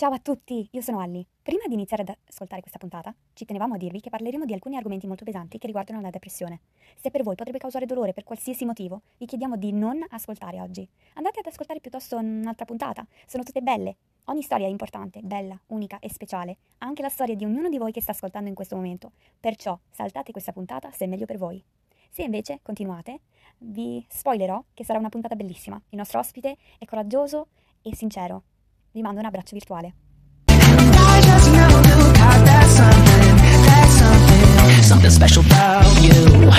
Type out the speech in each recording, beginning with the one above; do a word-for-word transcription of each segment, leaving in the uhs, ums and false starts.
Ciao a tutti, io sono Alli. Prima di iniziare ad ascoltare questa puntata, ci tenevamo a dirvi che parleremo di alcuni argomenti molto pesanti che riguardano la depressione. Se per voi potrebbe causare dolore per qualsiasi motivo, vi chiediamo di non ascoltare oggi. Andate ad ascoltare piuttosto un'altra puntata, sono tutte belle. Ogni storia è importante, bella, unica e speciale, anche la storia di ognuno di voi che sta ascoltando in questo momento. Perciò saltate questa puntata se è meglio per voi. Se invece continuate, vi spoilerò che sarà una puntata bellissima. Il nostro ospite è coraggioso e sincero. Vi mando un abbraccio virtuale. I just know you got that something, that something, something special about you.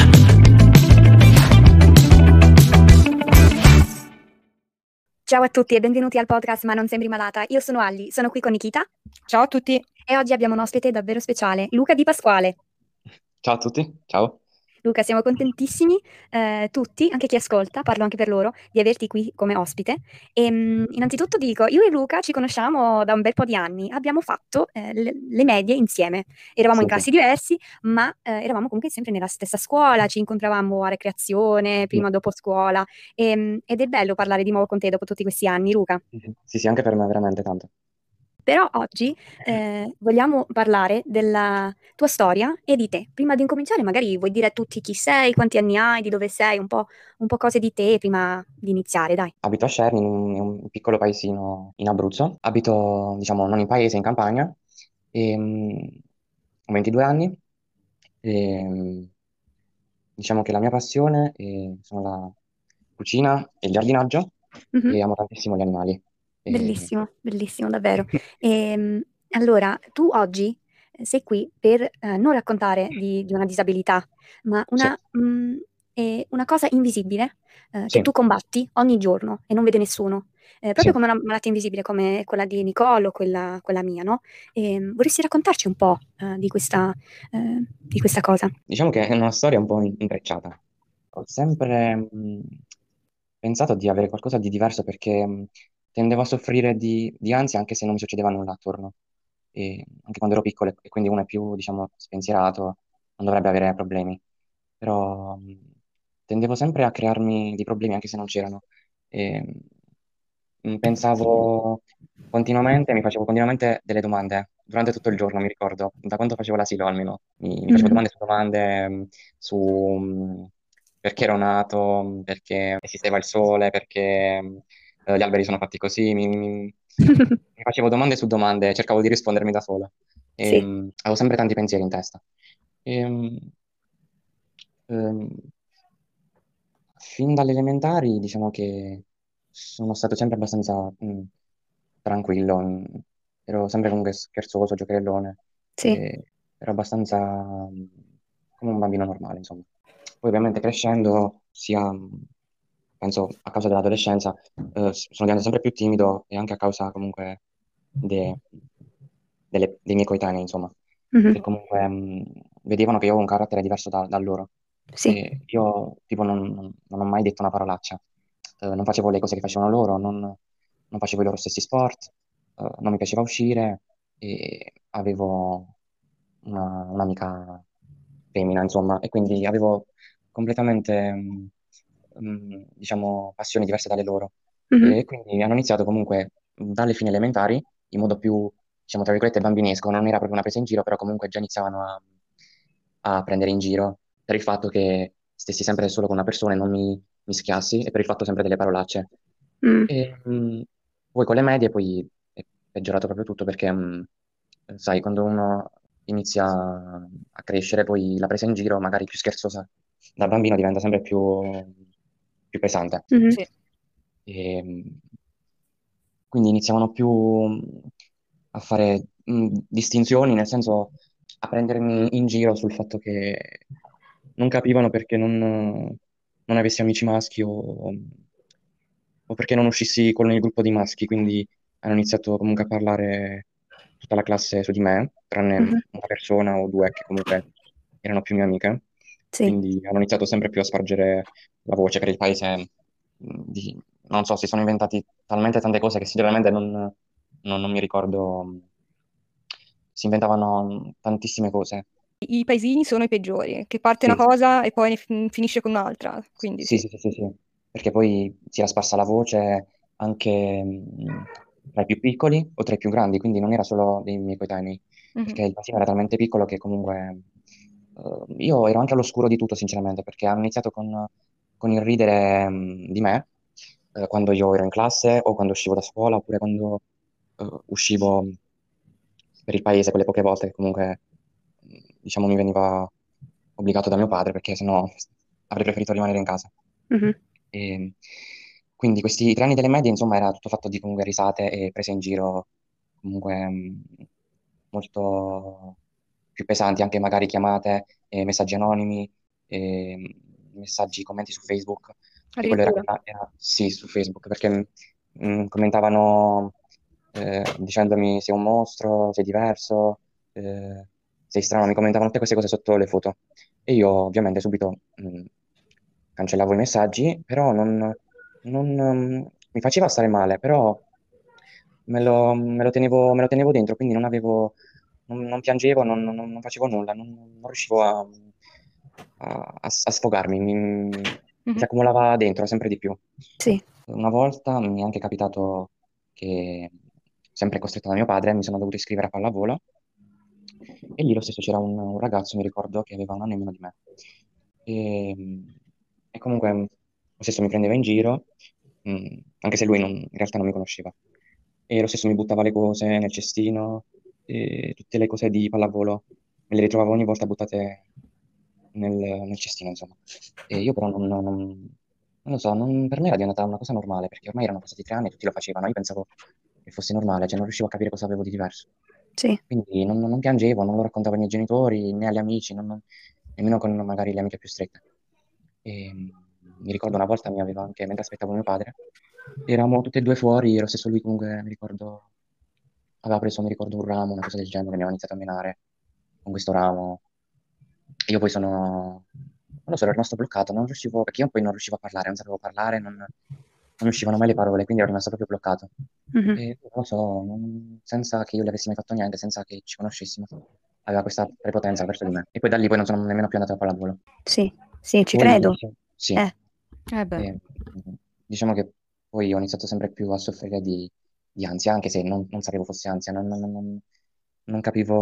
Ciao a tutti e benvenuti al podcast Ma non sembri malata. Io sono Alli, sono qui con Nikita Ciao a tutti. e oggi abbiamo un ospite davvero speciale, Luca Di Pasquale. Ciao a tutti, ciao. Luca, siamo contentissimi, eh, tutti, anche chi ascolta, parlo anche per loro, di averti qui come ospite. E, mh, innanzitutto dico, io e Luca ci conosciamo da un bel po' di anni, abbiamo fatto eh, le, le medie insieme, eravamo in Sì, classi diversi, ma eh, eravamo comunque sempre nella stessa scuola, ci incontravamo a recreazione, prima o dopo scuola, e, mh, ed è bello parlare di nuovo con te dopo tutti questi anni, Luca. sì, sì, sì, anche per me veramente tanto. Però oggi eh, vogliamo parlare della tua storia e di te. Prima di incominciare, magari vuoi dire a tutti chi sei, quanti anni hai, di dove sei, un po', un po' cose di te prima di iniziare, dai. Abito a Cerni, in un, in un piccolo paesino in Abruzzo. Abito, diciamo, non in paese, in campagna. E, mm, ho ventidue anni. E, mm, diciamo che la mia passione è- sono la cucina e il giardinaggio Mhm. e amo tantissimo gli animali. E- Bellissimo, bellissimo, davvero. Ehm, allora, tu oggi eh, sei qui per eh, non raccontare di, di una disabilità, ma Sì, una, mm, eh, una cosa invisibile eh, che sì, tu combatti ogni giorno e non vede nessuno. Eh, sì. proprio come una malattia invisibile come quella di Nicole o quella, quella mia, no? Ehm, vorresti raccontarci un po' eh, di questa, eh, di questa cosa? Diciamo che è una storia un po' in- intrecciata. Ho sempre mh, pensato di avere qualcosa di diverso perché mh, tendevo a soffrire di, di ansia anche se non mi succedeva nulla attorno. E anche quando ero piccolo e quindi uno è più, diciamo, spensierato, non dovrebbe avere problemi. Però mh, tendevo sempre a crearmi dei problemi anche se non c'erano. E, mh, pensavo continuamente, mi facevo continuamente delle domande durante tutto il giorno, mi ricordo, da quando facevo l'asilo almeno, mi, mi facevo Mhm. domande su domande mh, su mh, perché ero nato, mh, perché esisteva il sole, perché mh, eh, gli alberi sono fatti così, mi, mi- mi facevo domande su domande, cercavo di rispondermi da solo. E, Sì. mh, avevo sempre tanti pensieri in testa. E, mh, ehm, fin dalle elementari, diciamo che sono stato sempre abbastanza mh, tranquillo, mh, ero sempre comunque scherzoso, giocherellone, Sì. e ero abbastanza mh, come un bambino normale, insomma. Poi ovviamente crescendo, sia mh, penso a causa dell'adolescenza, eh, s- sono diventato sempre più timido e anche a causa comunque de- delle- dei miei coetanei, insomma, Mhm. che comunque mh, vedevano che io avevo un carattere diverso da, da loro. Sì. E io tipo non, non- non ho mai detto una parolaccia. Eh, non facevo le cose che facevano loro, non, non facevo i loro stessi sport, eh, non mi piaceva uscire e avevo una- un'amica femmina, insomma, e quindi avevo completamente, mh, mh, diciamo, passioni diverse dalle loro. Mhm. E quindi hanno iniziato comunque dalle fine elementari, in modo più, diciamo, tra virgolette, bambinesco, non era proprio una presa in giro, però comunque già iniziavano a, a prendere in giro per il fatto che stessi sempre solo con una persona e non mi mischiassi e per il fatto sempre delle parolacce. Mm. E mh, poi con le medie poi è peggiorato proprio tutto perché, mh, sai, quando uno inizia a crescere, poi la presa in giro, magari più scherzosa da bambino, diventa sempre più, più pesante. Mhm. Sì. E, mh, quindi iniziavano più mh, a fare mh, distinzioni, nel senso a prendermi in giro sul fatto che non capivano perché non, non avessi amici maschi o, o perché non uscissi con il gruppo di maschi, quindi hanno iniziato comunque a parlare tutta la classe su di me, tranne Mhm. una persona o due che comunque erano più mie amiche, Sì. quindi hanno iniziato sempre più a spargere la voce per il paese. mh, di- non so, si sono inventati talmente tante cose che sinceramente non, non- non mi ricordo. mh, Si inventavano mh, tantissime cose. I paesini sono i peggiori, che parte una Sì, cosa e poi ne fin- finisce con un'altra, quindi sì, sì. sì, sì, sì, sì. Perché poi si era sparsa la voce anche mh, tra i più piccoli o tra i più grandi, quindi non era solo dei miei coetanei, Mhm. perché il bacino era talmente piccolo che comunque eh, io ero anche all'oscuro di tutto, sinceramente, perché hanno iniziato con, con il ridere mh, di me eh, quando io ero in classe o quando uscivo da scuola oppure quando eh, uscivo per il paese quelle poche volte che comunque mh, diciamo mi veniva obbligato da mio padre perché sennò avrei preferito rimanere in casa. Mhm. E quindi questi tre anni delle medie, insomma, era tutto fatto di comunque risate e prese in giro comunque mh, molto più pesanti, anche magari chiamate, e messaggi anonimi, e messaggi, commenti su Facebook, che quello era, Addirittura. era- sì, su Facebook, perché mh, commentavano eh, dicendomi sei un mostro, sei diverso, eh, sei strano, mi commentavano tutte queste cose sotto le foto. E io ovviamente subito mh, cancellavo i messaggi, però non, non, mm, mi faceva stare male, però me lo, me lo tenevo, me lo tenevo dentro, quindi non avevo, non, non piangevo, non, non- non facevo nulla, non, non riuscivo a, a- a- a sfogarmi, mi, mi si Mhm. accumulava dentro sempre di più. Sì. Una volta mi è anche capitato che, sempre costretto da mio padre, mi sono dovuto iscrivere a pallavolo e lì lo stesso c'era un, un ragazzo, mi ricordo, che aveva un anno in meno di me. E, e comunque lo stesso mi prendeva in giro, mh, anche se lui non- in realtà non mi conosceva. E lo stesso mi buttava le cose nel cestino, e tutte le cose di pallavolo me le ritrovavo ogni volta buttate nel, nel cestino, insomma. E io però non, non- non lo so, non- per me era diventata una cosa normale, perché ormai erano passati tre anni e tutti lo facevano. Io pensavo che fosse normale, cioè non riuscivo a capire cosa avevo di diverso. Sì. Quindi non, non piangevo, non lo raccontavo ai miei genitori né agli amici, non- non- nemmeno con magari le amiche più strette. E, mh, mi ricordo una volta mi aveva anche, mentre aspettavo mio padre, eravamo tutti e due fuori, e lo stesso lui comunque, mi ricordo, aveva preso, mi ricordo, un ramo, una cosa del genere, mi aveva iniziato a menare con questo ramo. Io poi sono, non lo so, ero rimasto bloccato, non riuscivo, perché io poi non riuscivo a parlare, non sapevo parlare, non, non uscivano mai le parole, quindi ero rimasto proprio bloccato. Mhm. E non lo so, non- senza che io gli avessi mai fatto niente, senza che ci conoscessimo, aveva questa prepotenza verso di me. E poi da lì poi non sono nemmeno più andato a pallavolo. Sì. Sì, ci Poi, credo. diciamo- sì, Eh. Eh beh. e, mm, diciamo che poi ho iniziato sempre più a soffrire di, di ansia, anche se non, non sapevo fosse ansia, non, non- non- non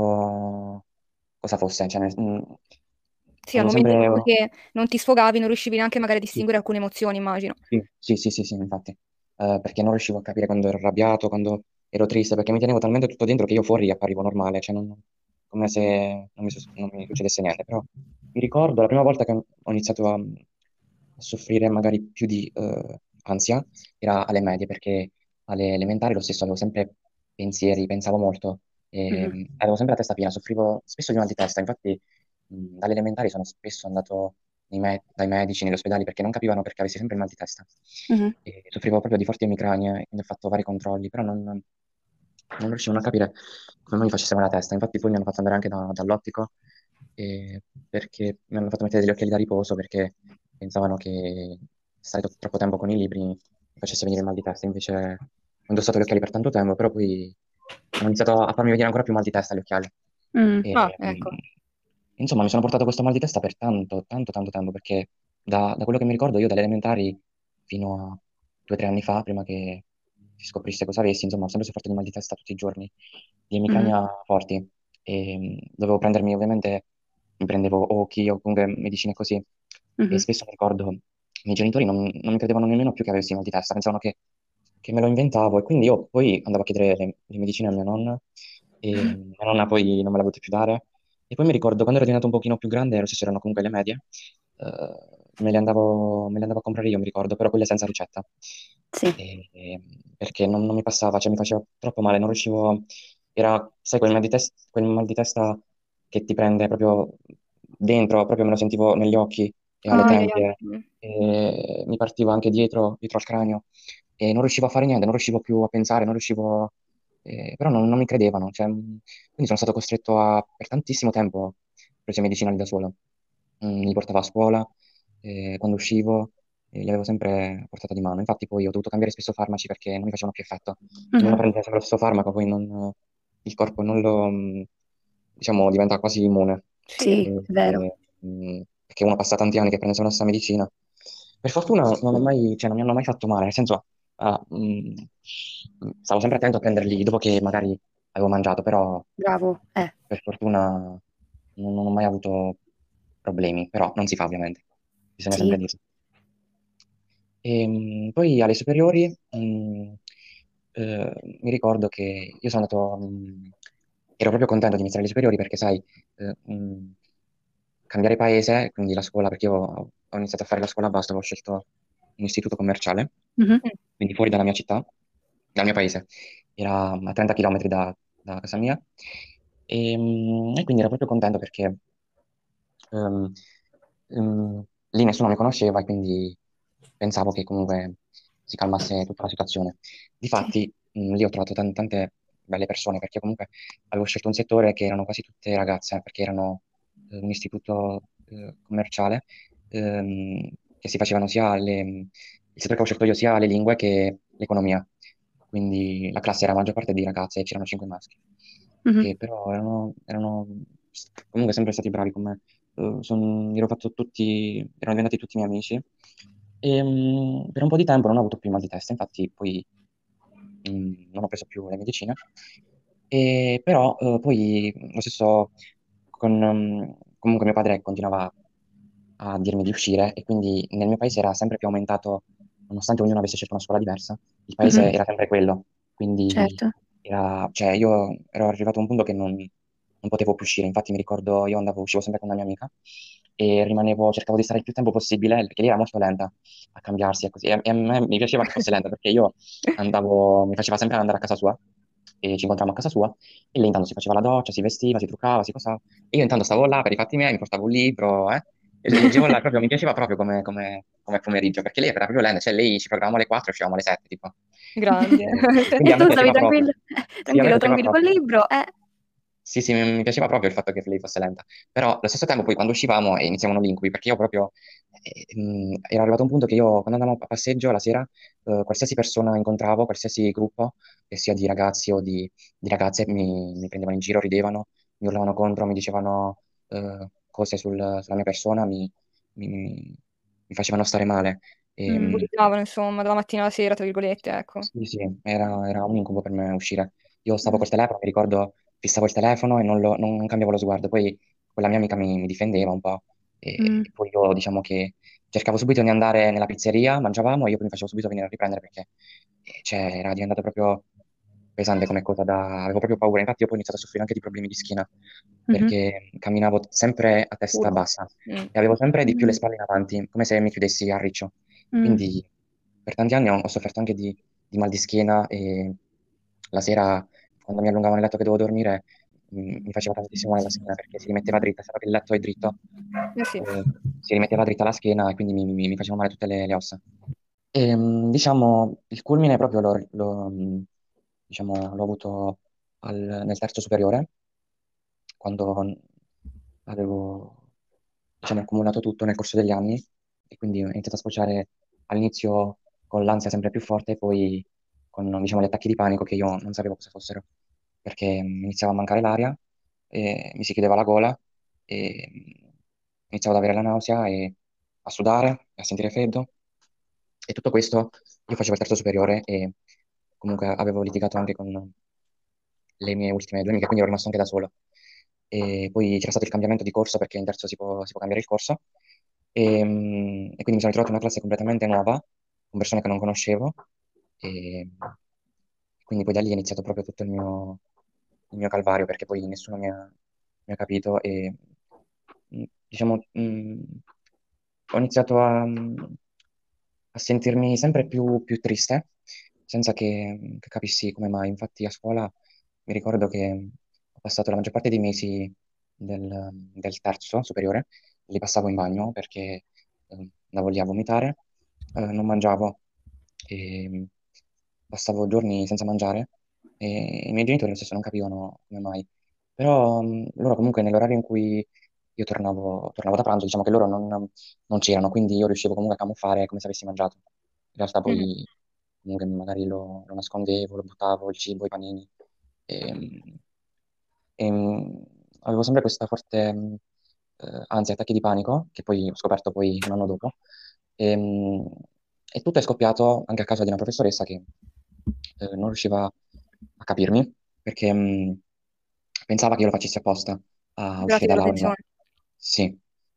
capivo cosa fosse, cioè, nel- mm, Sì, al avevo momento sempre... proprio che non ti sfogavi, non riuscivi neanche magari a Sì, distinguere alcune emozioni, immagino. sì, sì, sì, sì, sì, infatti. Eh, perché non riuscivo a capire quando ero arrabbiato, quando ero triste, perché mi tenevo talmente tutto dentro che io fuori apparivo normale, cioè non- come se non mi, sus- non mi succedesse niente. Però mi ricordo la prima volta che ho iniziato a, a soffrire magari più di eh, ansia era alle medie, perché alle elementari lo stesso avevo sempre pensieri, pensavo molto, e, Mhm. mh, avevo sempre la testa piena, soffrivo spesso di mal di testa, infatti mh, dalle elementari sono spesso andato nei me- dai medici, negli ospedali, perché non capivano perché avessi sempre il mal di testa. Mhm. E soffrivo proprio di forti emicranie, quindi ho fatto vari controlli, però non, non riuscivano a capire come mai mi facesse male la testa. Infatti poi mi hanno fatto andare anche da- dall'ottico, e- perché mi hanno fatto mettere degli occhiali da riposo, perché pensavano che stare to- troppo tempo con i libri mi facesse venire il mal di testa. Invece ho indossato gli occhiali per tanto tempo, però poi hanno iniziato a farmi venire ancora più mal di testa gli occhiali. Mm. Ah, E, ecco. mh, insomma, mi sono portato questo mal di testa per tanto, tanto, tanto tempo, perché da, da quello che mi ricordo io dalle elementari fino a due o tre anni fa, prima che si scoprisse cosa avessi, insomma, ho sempre sofferto di mal di testa tutti i giorni, di Mhm. emicrania forti. E mh, dovevo prendermi, ovviamente, mi prendevo occhi o comunque medicine così. E Mhm. spesso mi ricordo, i miei genitori non, non mi credevano nemmeno più che avessi mal di testa, pensavano che, che me lo inventavo. E quindi io poi andavo a chiedere le, le medicine a mia nonna, e mia nonna poi non me le ha volute più dare. E poi mi ricordo quando ero diventato un pochino più grande, lo stesso erano comunque le medie, eh, me le andavo, me le andavo a comprare io, mi ricordo, però quelle senza ricetta. Sì. E- e- perché non, non mi passava, cioè mi faceva troppo male, non riuscivo, era, sai, quel mal di testa, quel mal di testa che ti prende proprio dentro, proprio me lo sentivo negli occhi e alle Ai, ai, ai. tempie, Mm. e mi partiva anche dietro, dietro al cranio, e non riuscivo a fare niente, non riuscivo più a pensare, non riuscivo, eh, però non, non mi credevano, cioè, quindi sono stato costretto a, per tantissimo tempo, ho preso i medicinali da solo. Mm, li portavo a scuola, e quando uscivo eh, li avevo sempre a portata di mano. Infatti poi ho dovuto cambiare spesso farmaci perché non mi facevano più effetto. Se uno Mhm. prende sempre lo stesso farmaco, poi non- il corpo non lo, mm, diciamo, diventa quasi immune. Sì. Sì, E- è vero. e, mm, perché uno passa tanti anni che prende sempre la stessa medicina. Per fortuna non ho mai, cioè, non mi hanno mai fatto male, nel senso Ah, mm, stavo sempre attento a prenderli dopo che magari avevo mangiato, però Bravo, eh, per fortuna non, non ho mai avuto problemi, però non si fa ovviamente, bisogna sempre sì. dirlo. E, poi alle superiori mm, eh, mi ricordo che io sono andato, mm, ero proprio contento di iniziare le superiori perché, sai, eh, mm, cambiare paese, quindi la scuola, perché io ho ho iniziato a fare la scuola a Vasto, avevo scelto un istituto commerciale, Mhm. Mm. quindi fuori dalla mia città, dal mio paese, era a trenta chilometri da, da casa mia, e, mm, e quindi ero proprio contento perché ehm, ehm, lì nessuno mi conosceva e quindi pensavo che comunque si calmasse tutta la situazione. Sì, Difatti, mh, lì ho trovato tan- tante belle persone perché comunque avevo scelto un settore che erano quasi tutte ragazze, perché erano eh, un istituto eh, commerciale ehm, che si facevano sia le, il settore che ho scelto io sia le lingue che l'economia. Quindi la classe era la maggior parte di ragazze e c'erano cinque maschi, Mhm. che però erano, erano comunque sempre stati bravi con me. Eh, son- ero fatto tutti, erano diventati tutti miei amici. E, mm, per un po' di tempo non ho avuto più mal di testa, infatti poi mm, non ho preso più le medicine. E, però eh, poi lo stesso con, mm, comunque mio padre continuava a dirmi di uscire e quindi nel mio paese era sempre più aumentato, nonostante ognuno avesse scelto una scuola diversa, il paese Mhm. era sempre quello. Quindi Certo. era, cioè io ero arrivato a un punto che non, non potevo più uscire. Infatti mi ricordo, io andavo, uscivo sempre con una mia amica e rimanevo, cercavo di stare il più tempo possibile perché lei era molto lenta a cambiarsi e così. E, e a me mi piaceva che fosse lenta perché io andavo, mi faceva sempre andare a casa sua e ci incontravamo a casa sua e lei intanto si faceva la doccia, si vestiva, si truccava, si cosava. E io intanto stavo là per i fatti miei, mi portavo un libro, eh, e leggevo là, proprio, mi piaceva proprio come, come- come pomeriggio, perché lei era proprio lenta, cioè lei ci programmavamo alle quattro e uscivamo alle sette, tipo. grande. Eh, quindi E a me tu stavi piaceva proprio. tranquillo, Sì, a me tranquillo, piaceva tranquillo col proprio. libro, eh. Sì, sì, mi, mi piaceva proprio il fatto che lei fosse lenta. Però allo stesso tempo poi quando uscivamo e iniziavano gli incubi, perché io proprio eh, mh, ero arrivato a un punto che io quando andavo a passeggio la sera, eh, qualsiasi persona incontravo, qualsiasi gruppo, che sia di ragazzi o di, di ragazze, mi, mi prendevano in giro, ridevano, mi urlavano contro, mi dicevano eh, cose sul- sulla mia persona, mi, mi- mi facevano stare male. E, Mm. mh, Buttavano, insomma, dalla mattina alla sera, tra virgolette, ecco. sì, sì, era, era un incubo per me uscire. Io stavo Mm. col telefono, mi ricordo, fissavo il telefono e non, lo- non- non cambiavo lo sguardo. Poi quella mia amica mi, mi difendeva un po'. Mm. E poi io, diciamo che cercavo subito di andare nella pizzeria, mangiavamo e io poi mi facevo subito venire a riprendere perché eh, cioè, era diventato proprio pesante come cosa da... Avevo proprio paura. Infatti io poi ho iniziato a soffrire anche di problemi di schiena Mhm. perché camminavo sempre a testa Curvo. bassa Mm. e avevo sempre di più le Mm. spalle in avanti, come se mi chiudessi a riccio. Mm. Quindi per tanti anni ho, ho sofferto anche di, di mal di schiena e la sera, quando mi allungavo nel letto che dovevo dormire, mh, mi faceva tantissimo male la schiena perché si rimetteva dritta, se il letto è dritto, Eh sì. eh, si rimetteva dritta la schiena e quindi mi, mi, mi facevano male tutte le, le ossa. E, mh, diciamo, il culmine proprio l'ho l'ho, mh, diciamo, l'ho avuto al- nel terzo superiore, quando avevo, diciamo, accumulato tutto nel corso degli anni e quindi ho iniziato a sfociare all'inizio con l'ansia sempre più forte e poi con, diciamo, gli attacchi di panico che io non sapevo cosa fossero, perché mi iniziava a mancare l'aria, e mi si chiudeva la gola e iniziavo ad avere la nausea e a sudare, a sentire freddo. E tutto questo io facevo il terzo superiore e comunque avevo litigato anche con le mie ultime due amiche, quindi ero rimasto anche da solo. E poi c'era stato il cambiamento di corso perché in terzo si può, si può cambiare il corso. E, mm, e quindi mi sono ritrovato in una classe completamente nuova, con persone che non conoscevo. E quindi poi da lì è iniziato proprio tutto il mio, il mio calvario perché poi nessuno mi ha, mi ha capito e mm, diciamo, mm, ho iniziato a, a sentirmi sempre più, più triste, senza che, che capissi come mai. Infatti a scuola mi ricordo che ho passato la maggior parte dei mesi del, del terzo superiore, li passavo in bagno perché eh, andavo lì a vomitare, eh, non mangiavo e passavo giorni senza mangiare e i miei genitori lo stesso non capivano come mai. Però mh, loro comunque nell'orario in cui io tornavo, tornavo da pranzo, diciamo che loro non, non c'erano, quindi io riuscivo comunque a camuffare come se avessi mangiato. In realtà Mm. poi comunque magari lo, lo nascondevo, lo buttavo, il cibo, i panini. E, e, mh, avevo sempre questa forte, mh, eh, ansia, attacchi di panico, che poi ho scoperto poi un anno dopo. E, mh, E tutto è scoppiato anche a causa di una professoressa che eh, non riusciva a capirmi perché mh, pensava che io lo facessi apposta a Voleva uscire tirare dall'aula. l'attenzione. Sì.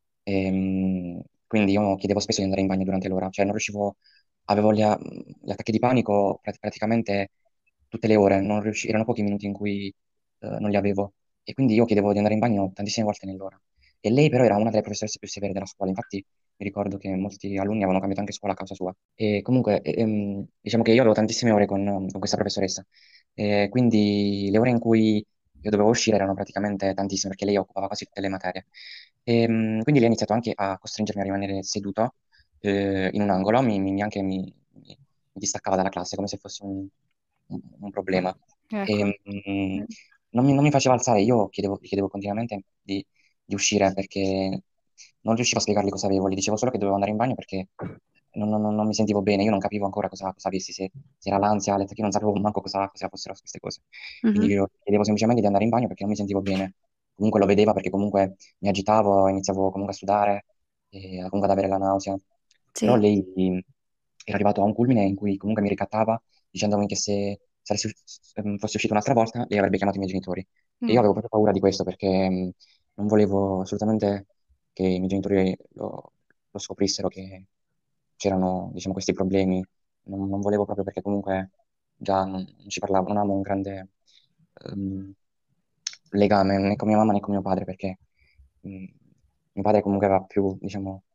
Ehm, quindi io chiedevo spesso di andare in bagno durante l'ora, cioè non riuscivo, avevo gli, a- gli attacchi di panico pra- praticamente tutte le ore, non riusci- erano pochi minuti in cui eh, non li avevo. E quindi io chiedevo di andare in bagno tantissime volte nell'ora. E lei però era una delle professoresse più severe della scuola, infatti mi ricordo che molti alunni avevano cambiato anche scuola a causa sua. E comunque, ehm, diciamo che io avevo tantissime ore con, con questa professoressa, e quindi le ore in cui io dovevo uscire erano praticamente tantissime perché lei occupava quasi tutte le materie. E, mh, quindi lei ha iniziato anche a costringermi a rimanere seduto eh, in un angolo, mi, mi- anche mi, mi- mi distaccava dalla classe come se fosse un, un- un problema. E, Ecco. mh, Mm. non mi, non mi faceva alzare, io chiedevo, gli chiedevo continuamente di, di uscire perché non riuscivo a spiegargli cosa avevo, gli dicevo solo che dovevo andare in bagno perché non, non- non mi sentivo bene, io non capivo ancora cosa, cosa avessi, se, se era l'ansia, le- io non sapevo manco cosa, cosa fossero queste cose. Quindi Mhm. io chiedevo semplicemente di andare in bagno perché non mi sentivo bene. Comunque lo vedeva perché comunque mi agitavo, iniziavo comunque a sudare, e comunque ad avere la nausea. Però Sì. lei era arrivato a un culmine in cui comunque mi ricattava dicendomi che se saressi us- ehm, fossi uscito un'altra volta, lei avrebbe chiamato i miei genitori. E io Mm. avevo proprio paura di questo perché mh, non volevo assolutamente che i miei genitori lo, lo scoprissero che c'erano, diciamo, questi problemi. Non, non volevo proprio perché comunque già non, non ci parlavo, non avevo un grande ehm, legame né con mia mamma né con mio padre perché mh, mio padre comunque aveva più, diciamo,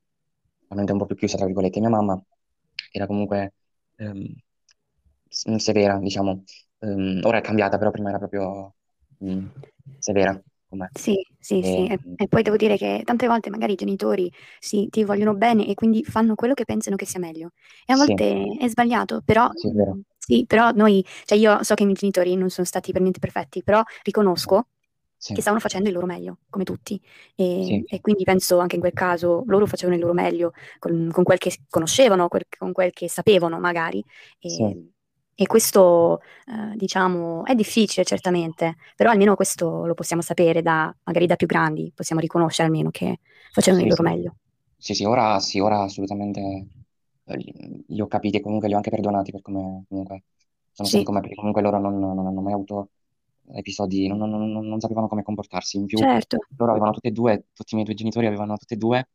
la mente un po' più chiusa, tra virgolette. Mia mamma era comunque ehm, s- severa, diciamo. Ehm, ora è cambiata, però prima era proprio mh, severa con me. Sì, sì, sì. E, E, e poi devo dire che tante volte magari i genitori sì, ti vogliono bene e quindi fanno quello che pensano che sia meglio. E a sì, volte è sbagliato, però sì, è mh, vero. sì, però noi, cioè io so che i miei genitori non sono stati per niente perfetti, però No, riconosco che sì, stavano facendo il loro meglio, come tutti. E, sì, e quindi penso anche in quel caso loro facevano il loro meglio con, con quel che conoscevano, quel- con quel che sapevano magari. sì, E, e questo, eh, diciamo, è difficile certamente, però almeno questo lo possiamo sapere da, magari da più grandi, possiamo riconoscere almeno che facevano il sì, loro sì. meglio. Sì, sì, ora sì, ora assolutamente eh, li, li ho capiti e comunque li ho anche perdonati per come comunque sono stati Sì, con me, perché comunque loro non, non hanno mai avuto episodi, non, non- non- non sapevano come comportarsi. In più, certo. loro avevano tutti e due, tutti i miei due genitori avevano tutti e due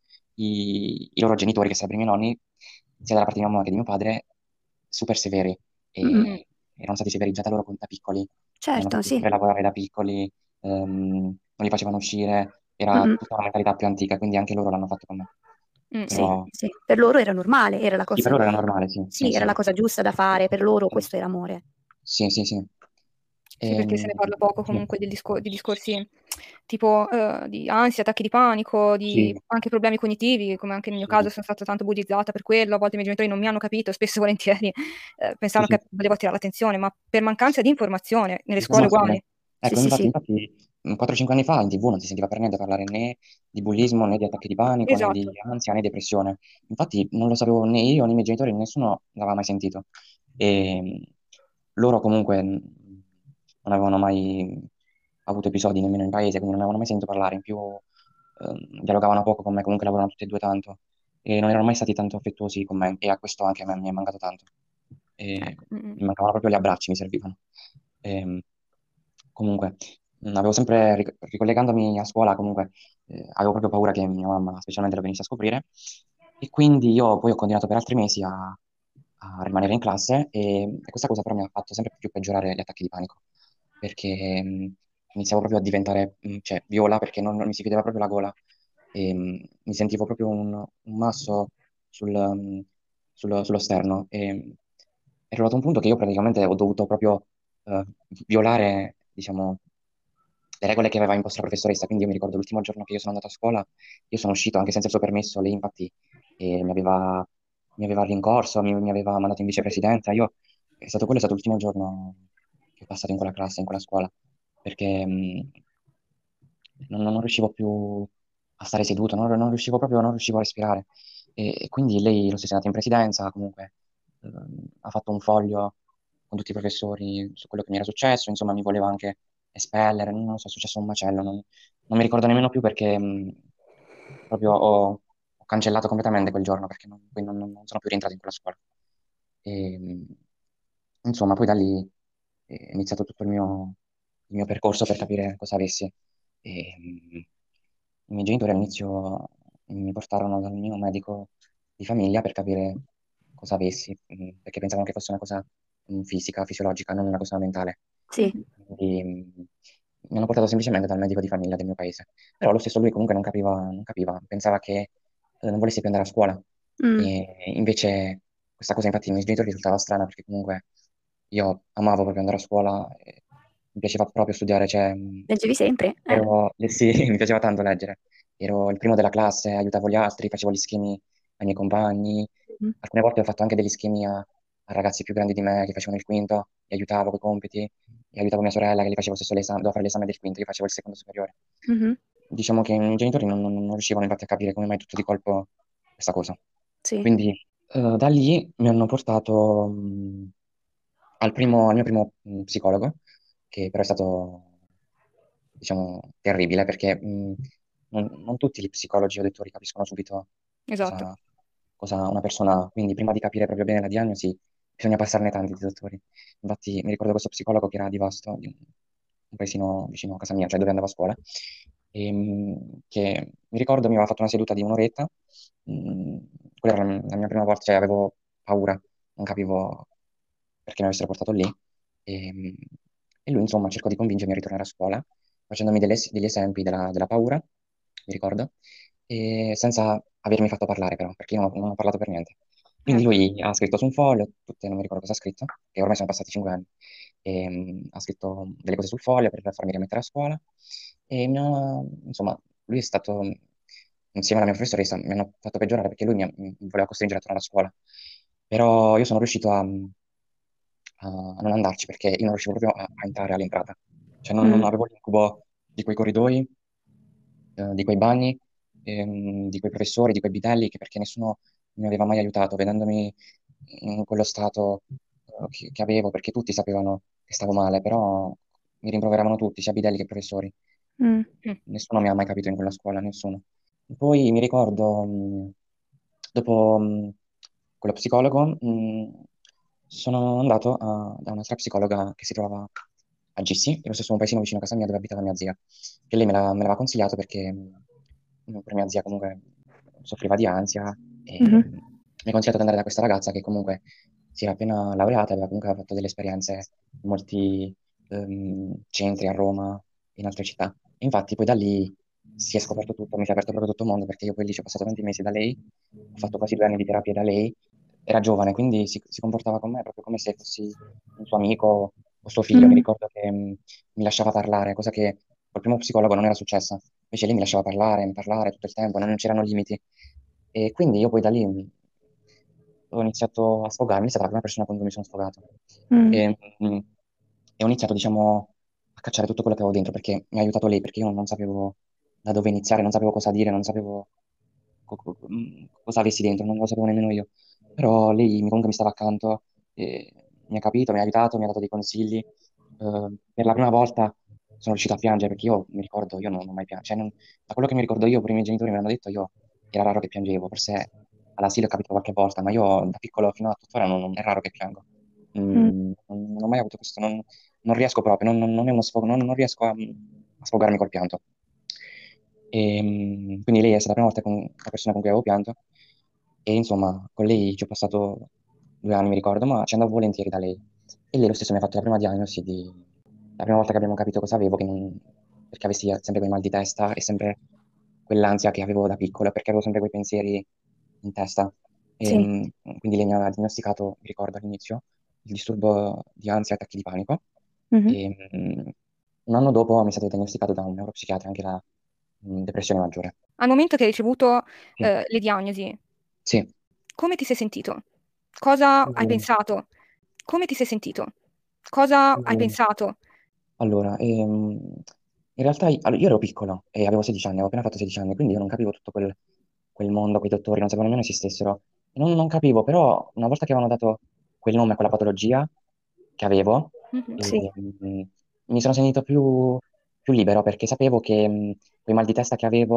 i, i loro genitori, che sarebbero i miei nonni, sia dalla parte di mia mamma che di mio padre, super severi. Mm, Mm. E erano stati severi già da loro da piccoli, li hanno certo, fatti sì. sempre lavorare da piccoli, ehm, non li facevano uscire, Mm, era mm, tutta una mentalità più antica, quindi anche loro l'hanno fatto con me. Mm, sì, mm. Però sì. Per loro era normale, era la sì, per cosa, loro era normale, sì, sì, sì, era sì. la cosa giusta da fare, per loro Sì, questo era amore. sì, sì, sì. Sì, perché se Ehm, ne parla poco sì, comunque del discor- di discorsi tipo eh, di ansia, attacchi di panico, di sì, anche problemi cognitivi, come anche nel mio caso sì, sono stata tanto bullizzata per quello, a volte i miei genitori non mi hanno capito, spesso e volentieri eh, sì, pensavano sì. che volevo attirare l'attenzione, ma per mancanza di informazione, nelle scuole Informazione. uguali. Sì, Ecco, sì, infatti, sì. infatti mh, quattro cinque anni fa in T V non si sentiva per niente parlare né di bullismo, né di attacchi di panico, né di Esatto. ansia, né depressione. Infatti non lo sapevo né io né i miei genitori, nessuno l'aveva mai sentito. E mh, loro comunque mh, non avevano mai avuto episodi nemmeno in paese, quindi non avevano mai sentito parlare. In più ehm, dialogavano poco con me, comunque lavorano tutti e due tanto. E non erano mai stati tanto affettuosi con me. E a questo anche a me mi è mancato tanto. E Ecco. Mm, mm. mi mancavano proprio gli abbracci, mi servivano. Ehm, comunque, mh, avevo sempre, ric- ricollegandomi a scuola, comunque, eh, avevo proprio paura che mia mamma specialmente lo venisse a scoprire. E quindi io poi ho continuato per altri mesi a, a rimanere in classe e, e questa cosa però mi ha fatto sempre più peggiorare gli attacchi di panico, perché mh, iniziavo proprio a diventare, mh, cioè, viola perché non, non mi si chiudeva proprio la gola e mh, mi sentivo proprio un, un masso sul, mh, sullo, sullo sterno e è arrivato un punto che io praticamente ho dovuto proprio eh, violare, diciamo, le regole che aveva imposto la professoressa. Quindi io mi ricordo l'ultimo giorno che io sono andato a scuola, io sono uscito anche senza il suo permesso, lei infatti eh, mi aveva, mi aveva rincorso, mi, mi aveva mandato in vicepresidenza. Io, è stato quello è stato l'ultimo giorno che ho passato in quella classe, in quella scuola, perché mh, non, non riuscivo più a stare seduto, non, non riuscivo proprio, non riuscivo a respirare. E, e quindi lei lo stesso è andata in presidenza, comunque ehm, ha fatto un foglio con tutti i professori su quello che mi era successo, insomma mi voleva anche espellere, non lo so, è successo un macello, non, non mi ricordo nemmeno più perché mh, proprio ho, ho cancellato completamente quel giorno perché non, poi non, non- non sono più rientrato in quella scuola. E, mh, insomma, poi da lì è iniziato tutto il mio, il mio percorso per capire cosa avessi. E, mh, i miei genitori all'inizio mi portarono dal mio medico di famiglia per capire cosa avessi, mh, perché pensavano che fosse una cosa mh, fisica, fisiologica, non una cosa mentale. Sì. Quindi mh, mi hanno portato semplicemente dal medico di famiglia del mio paese. Però lo stesso lui comunque non capiva, non capiva, pensava che eh, non volessi più andare a scuola. Mm. E invece questa cosa infatti ai miei genitori risultava strana perché comunque io amavo proprio andare a scuola, e mi piaceva proprio studiare, cioè mh, Leggevi sempre? Eh. ero, eh sì, mi piaceva tanto leggere. Ero il primo della classe, aiutavo gli altri, facevo gli schemi ai miei compagni. Mm. Alcune volte ho fatto anche degli schemi a, a ragazzi più grandi di me che facevano il quinto, li aiutavo con i compiti, e aiutavo mia sorella che gli facevo stesso l'esame, doveva fare l'esame del quinto, io facevo il secondo superiore. Mhm. Diciamo che i miei genitori non, non- non riuscivano infatti a capire come mai tutto di colpo questa cosa. Sì. Quindi eh, da lì mi hanno portato mh, al primo- al mio primo mh, psicologo, che però è stato, diciamo, terribile perché mh, non, non tutti gli psicologi o dottori capiscono subito Esatto. cosa, cosa una persona ha. Quindi prima di capire proprio bene la diagnosi bisogna passarne tanti di dottori. Infatti mi ricordo questo psicologo che era di Vasto, di un, un paesino vicino a casa mia, cioè dove andavo a scuola, e, mh, che mi ricordo mi aveva fatto una seduta di un'oretta. mh, Quella era la la mia prima volta, cioè avevo paura, non capivo perché mi avessero portato lì. E, mh, e lui, insomma, cercò di convincermi a ritornare a scuola, facendomi delle- degli esempi della, della paura, mi ricordo, e senza avermi fatto parlare però, perché io non, non ho parlato per niente. Quindi Ecco. lui ha scritto su un foglio, tutte, non mi ricordo cosa ha scritto, che ormai sono passati cinque anni, e, mh, ha scritto delle cose sul foglio per farmi rimettere a scuola, e mi ha- insomma, lui è stato, insieme alla mia professoressa, mi hanno fatto peggiorare perché lui mi, ha- mi voleva costringere a tornare a scuola. Però io sono riuscito a, a non andarci perché io non riuscivo proprio a, a entrare all'entrata. Cioè non, non Mm. avevo l'incubo di quei corridoi, eh, di quei bagni, ehm, di quei professori, di quei bidelli, che perché nessuno mi aveva mai aiutato, vedendomi in quello stato eh, che, che avevo, perché tutti sapevano che stavo male, però mi rimproveravano tutti, sia bidelli che professori. Mm. Mm. Nessuno mi ha mai capito in quella scuola, nessuno. Poi mi ricordo, mh, dopo mh, quello psicologo, mh, sono andato a- da un'altra psicologa che si trovava a Gissi, nello stesso paesino vicino a casa mia dove abitava mia zia, che lei me l'ha- me l'aveva consigliato perché mh, per mia zia comunque soffriva di ansia e mh, Mhm. mi ha consigliato di andare da questa ragazza che comunque si era appena laureata, aveva comunque fatto delle esperienze in molti ehm, centri a Roma, in altre città. Infatti poi da lì si è scoperto tutto, mi si è aperto proprio tutto il mondo perché io poi lì ci ho passato tanti mesi da lei, ho fatto quasi due anni di terapia da lei, era giovane, quindi si, si comportava con me proprio come se fossi un suo amico o suo figlio. Mi Mm. ricordo che mh, mi lasciava parlare, cosa che col primo psicologo non era successa. Invece lei mi lasciava parlare, parlare tutto il tempo, non c'erano limiti. E quindi io poi da lì mh, ho iniziato a sfogarmi, è stata la prima persona con cui mi sono sfogato. Mm. E, mh, e ho iniziato, diciamo, a cacciare tutto quello che avevo dentro perché mi ha aiutato lei, perché io non sapevo da dove iniziare, non sapevo cosa dire, non sapevo co- co- mh, cosa avessi dentro, non lo sapevo nemmeno io. Però lei mi- comunque mi stava accanto, e mi ha capito, mi ha aiutato, mi ha dato dei consigli. Eh, per la prima volta sono riuscito a piangere perché io mi ricordo, io non, non mai piango. Cioè, non- da quello che mi ricordo io, pure i miei genitori mi hanno detto, io era raro che piangevo, forse all'asilo è capitato qualche volta, ma io da piccolo fino a tuttora non, non- è raro che piango. Mm. Mm, non, non ho mai avuto questo, non, non riesco proprio, non, non- non è uno sfogo, non, non riesco a, a sfogarmi col pianto. E, mm, quindi lei è stata la prima volta con, la persona con cui avevo pianto e insomma con lei ci ho passato due anni, mi ricordo, ma ci andavo volentieri da lei. E lei lo stesso mi ha fatto la prima diagnosi di... la prima volta che abbiamo capito cosa avevo, che non- perché avessi sempre quei mal di testa e sempre quell'ansia che avevo da piccolo, perché avevo sempre quei pensieri in testa. E, Sì. mm, quindi lei mi aveva diagnosticato, mi ricordo all'inizio, il disturbo di ansia e attacchi di panico. Mhm. E, mm, un anno dopo mi è stato diagnosticato da un neuropsichiatra anche la mm, depressione maggiore. Al momento che hai ricevuto Sì, eh, le diagnosi, sì. come ti sei sentito? Cosa hai Mm, pensato? Come ti sei sentito? Cosa hai mm, pensato? Allora, ehm, in realtà io, allora, io ero piccolo e avevo sedici anni, avevo appena fatto sedici anni, quindi io non capivo tutto quel, quel mondo, quei dottori, non sapevo nemmeno esistessero. Non, non capivo, però una volta che avevano dato quel nome a quella patologia che avevo, Mhm. Sì. ehm, mi sono sentito più, più libero perché sapevo che mh, quei mal di testa che avevo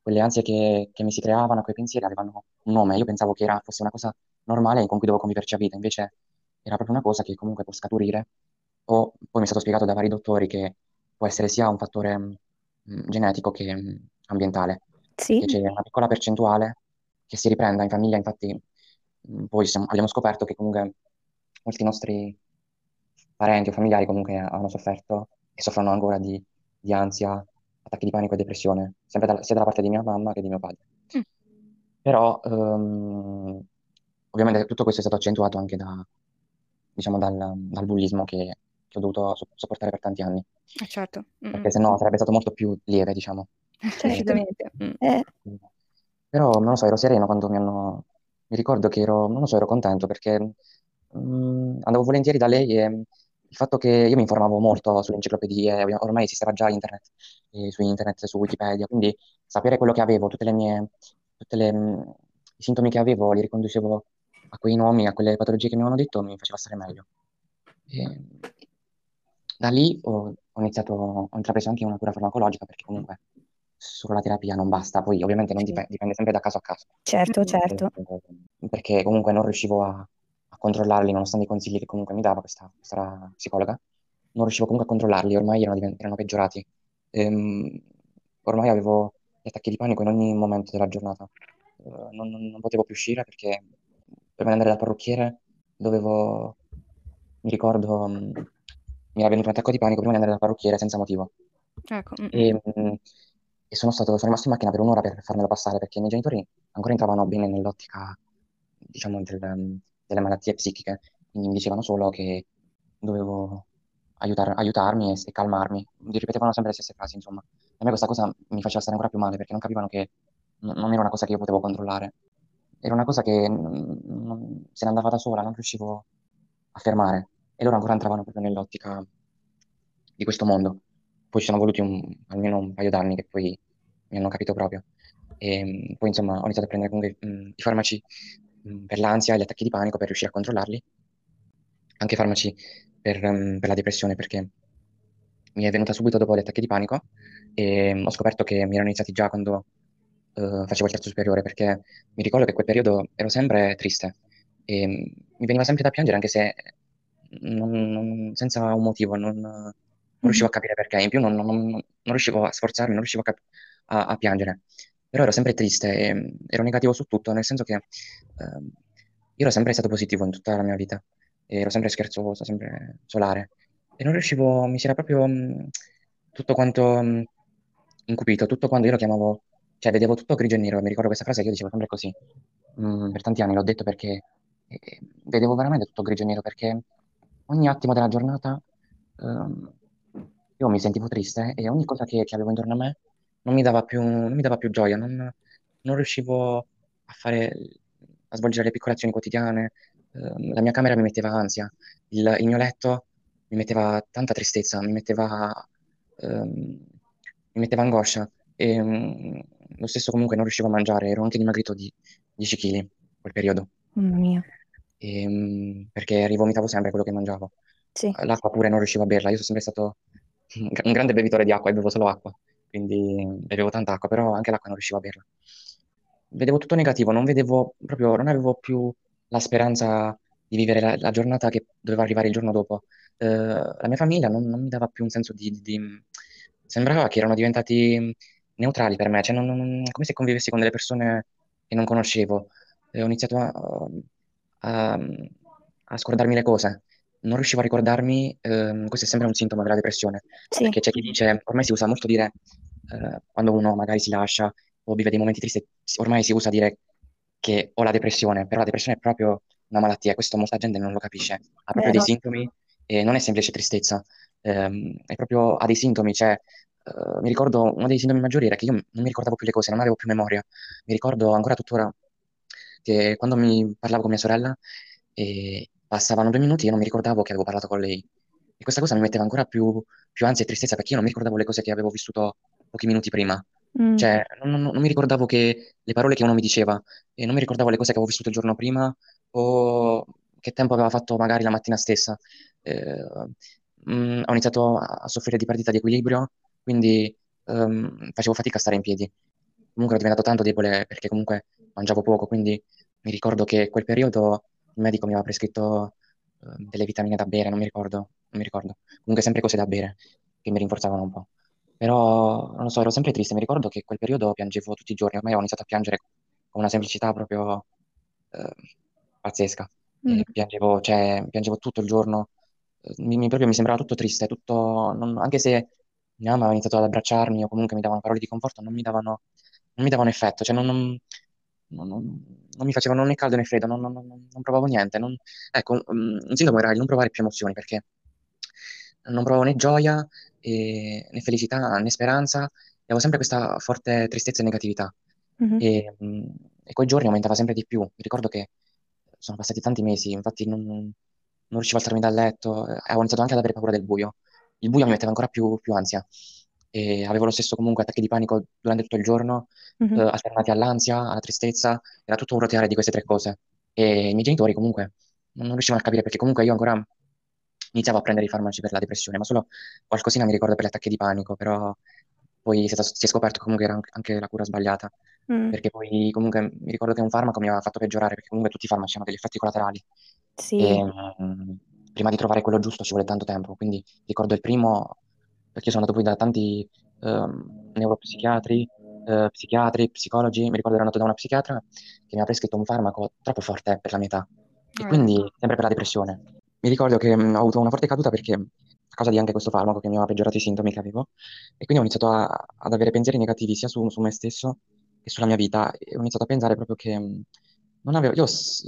quelle ansie che, che mi si creavano, quei pensieri avevano un nome. Io pensavo che era, fosse una cosa normale con cui dovevo conviverci a vita, invece era proprio una cosa che comunque può scaturire, o poi mi è stato spiegato da vari dottori che può essere sia un fattore mh, genetico che mh, ambientale, Sì, perché c'è una piccola percentuale che si riprenda in famiglia, infatti mh, poi siamo- abbiamo scoperto che comunque molti nostri parenti o familiari comunque hanno sofferto e soffrono ancora di, di ansia, attacchi di panico e depressione, sempre dalla- sia dalla parte di mia mamma che di mio padre. Mm, Però ehm, ovviamente tutto questo è stato accentuato anche da, diciamo, dal, dal bullismo che, che ho dovuto so- sopportare per tanti anni, eh, certo. Mm, mm. perché sennò sarebbe stato molto più lieve, diciamo. Eh, certo. Decisamente. Mm. Eh, Però non lo so, ero sereno quando mi hanno... Mi ricordo che ero, non lo so, ero contento perché mm, andavo volentieri da lei e il fatto che io mi informavo molto sulle enciclopedie, ovvia- ormai esisteva già internet, eh, su internet, su Wikipedia, quindi sapere quello che avevo, tutte le mie, tutte le, mm, i sintomi che avevo, li riconducevo a quei nomi, a quelle patologie che mi avevano detto, mi faceva stare meglio. E da lì ho, ho iniziato, ho intrapreso anche una cura farmacologica perché comunque solo la terapia non basta, poi ovviamente non sì, dipende, dipende sempre da caso a caso. certo, Mm. certo. Eh, perché comunque non riuscivo a, a controllarli, nonostante i consigli che comunque mi dava questa, questa psicologa, non riuscivo comunque a controllarli, ormai erano, diven- erano peggiorati. Ehm, ormai avevo gli attacchi di panico in ogni momento della giornata. Eh, non, non- non potevo più uscire perché prima di andare dal parrucchiere dovevo, mi ricordo, mh, mi era venuto un attacco di panico prima di andare dal parrucchiere senza motivo. Ecco. Mm, mm. E, mh, e sono stato, sono rimasto in macchina per un'ora per farmelo passare perché i miei genitori ancora entravano bene nell'ottica, diciamo, del- delle malattie psichiche, quindi mi dicevano solo che dovevo aiutar- aiutarmi e, e calmarmi. Mi ripetevano sempre le stesse frasi, insomma. A me questa cosa mi faceva stare ancora più male perché non capivano che n- non era una cosa che io potevo controllare. Era una cosa che mm, non- se ne andava da sola, non riuscivo a fermare. E loro ancora entravano proprio nell'ottica di questo mondo. Poi ci sono voluti un- almeno un paio d'anni che poi mi hanno capito proprio. E mh, poi insomma ho iniziato a prendere comunque mh, i farmaci mh, per l'ansia e gli attacchi di panico per riuscire a controllarli, anche farmaci per, mh, per la depressione perché mi è venuta subito dopo gli attacchi di panico e mh, ho scoperto che mi erano iniziati già quando eh, facevo il terzo superiore perché mi ricordo che in quel periodo ero sempre triste e mh, mi veniva sempre da piangere anche se non- non- senza un motivo, non, non Mhm. riuscivo a capire perché. In più non, non- non- non riuscivo a sforzarmi, non riuscivo a, cap- a- a piangere. Però ero sempre triste e mh, ero negativo su tutto, nel senso che ehm, io ero sempre stato positivo in tutta la mia vita. E ero sempre scherzoso, sempre solare. E non riuscivo, mi si era proprio mh, tutto quanto mh, incupito, tutto quanto io lo chiamavo, cioè vedevo tutto grigio e nero. Mi ricordo questa frase che io dicevo sempre così. Mm, per tanti anni l'ho detto perché eh, vedevo veramente tutto grigio e nero, perché ogni attimo della giornata ehm, io mi sentivo triste e ogni cosa che, che avevo intorno a me non mi dava più, non mi dava più gioia, non, non riuscivo a fare, a svolgere le piccole azioni quotidiane. Ehm, la mia camera mi metteva ansia, il, il mio letto mi metteva tanta tristezza, mi metteva, ehm, mi metteva angoscia. E, mm, lo stesso comunque non riuscivo a mangiare, ero anche dimagrito di dieci chili quel periodo. Mamma mia. Ehm, perché rivomitavo sempre quello che mangiavo. Sì. L'acqua pure non riuscivo a berla, io sono sempre stato un gra- un grande bevitore di acqua e bevo solo acqua, quindi bevevo tanta acqua, però anche l'acqua non riuscivo a berla. Vedevo tutto negativo, non vedevo proprio, non avevo più la speranza di vivere la, la giornata che doveva arrivare il giorno dopo. Eh, la mia famiglia non, non mi dava più un senso di, di- di- sembrava che erano diventati neutrali per me, cioè non- non- come se convivessi con delle persone che non conoscevo. E ho iniziato a, a- a scordarmi le cose. Non riuscivo a ricordarmi, ehm, questo è sempre un sintomo della depressione, Sì. perché c'è chi dice, ormai si usa molto dire, eh, quando uno magari si lascia o vive dei momenti tristi, si- ormai si usa dire che ho la depressione, però la depressione è proprio una malattia, questo molta gente non lo capisce, ha proprio dei Vero. sintomi e non è semplice tristezza. Ehm, è proprio, ha dei sintomi, cioè, eh, mi ricordo uno dei sintomi maggiori era che io non mi ricordavo più le cose, non avevo più memoria, mi ricordo ancora tuttora che quando mi parlavo con mia sorella e passavano due minuti io non mi ricordavo che avevo parlato con lei e questa cosa mi metteva ancora più, più ansia e tristezza perché io non mi ricordavo le cose che avevo vissuto pochi minuti prima. Mm. Cioè, non, non- non mi ricordavo che le parole che uno mi diceva e non mi ricordavo le cose che avevo vissuto il giorno prima o che tempo aveva fatto magari la mattina stessa. Eh, mm, ho iniziato a, a soffrire di perdita di equilibrio, quindi ehm, facevo fatica a stare in piedi. comunque ero diventato tanto debole perché comunque mangiavo poco, quindi mi ricordo che quel periodo il medico mi aveva prescritto eh, delle vitamine da bere, non mi ricordo, non mi ricordo. Comunque sempre cose da bere che mi rinforzavano un po'. Però, non lo so, ero sempre triste. Mi ricordo che quel periodo piangevo tutti i giorni, ormai ho iniziato a piangere con una semplicità proprio eh, pazzesca. Mm. E piangevo, cioè, piangevo tutto il giorno. Eh, Mi, mi- proprio mi sembrava tutto triste, tutto, non- anche se mia mamma aveva iniziato ad abbracciarmi o comunque mi davano parole di conforto, non mi davano, non mi davano effetto, cioè non, non- non- non- non mi facevano né caldo né freddo, non, non- non- non provavo niente. non- Ecco, mm, un sintomo era il non provare più emozioni, perché non provavo né gioia, eh, né felicità, né speranza, e avevo sempre questa forte tristezza e negatività. Mhm. E, mh, e quei giorni aumentava sempre di più. Mi ricordo che sono passati tanti mesi, infatti non, non riuscivo a alzarmi dal letto, eh, avevo iniziato anche ad avere paura del buio. Il buio mi metteva ancora più, più ansia e avevo lo stesso comunque attacchi di panico durante tutto il giorno, eh, Mhm. alternati all'ansia, alla tristezza, era tutto un roteare di queste tre cose. E i miei genitori comunque non riuscivano a capire perché comunque io ancora iniziavo a prendere i farmaci per la depressione, ma solo qualcosina mi ricordo per gli attacchi di panico, però poi si è, si è scoperto che comunque era anche la cura sbagliata, Mm. perché poi comunque mi ricordo che un farmaco mi aveva fatto peggiorare, perché comunque tutti i farmaci hanno degli effetti collaterali Sì. e mh, prima di trovare quello giusto ci vuole tanto tempo, quindi ricordo il primo, perché io sono andato poi da tanti ehm, neuropsichiatri, eh, psichiatri, psicologi, mi ricordo ero andato da una psichiatra che mi ha prescritto un farmaco troppo forte per la mia età, e Eh. quindi sempre per la depressione. Mi ricordo che mh, ho avuto una forte caduta perché a causa di anche questo farmaco che mi aveva peggiorato i sintomi che avevo, e quindi ho iniziato a- ad avere pensieri negativi sia su, su me stesso che sulla mia vita, e ho iniziato a pensare proprio che mh, non avevo, io, s-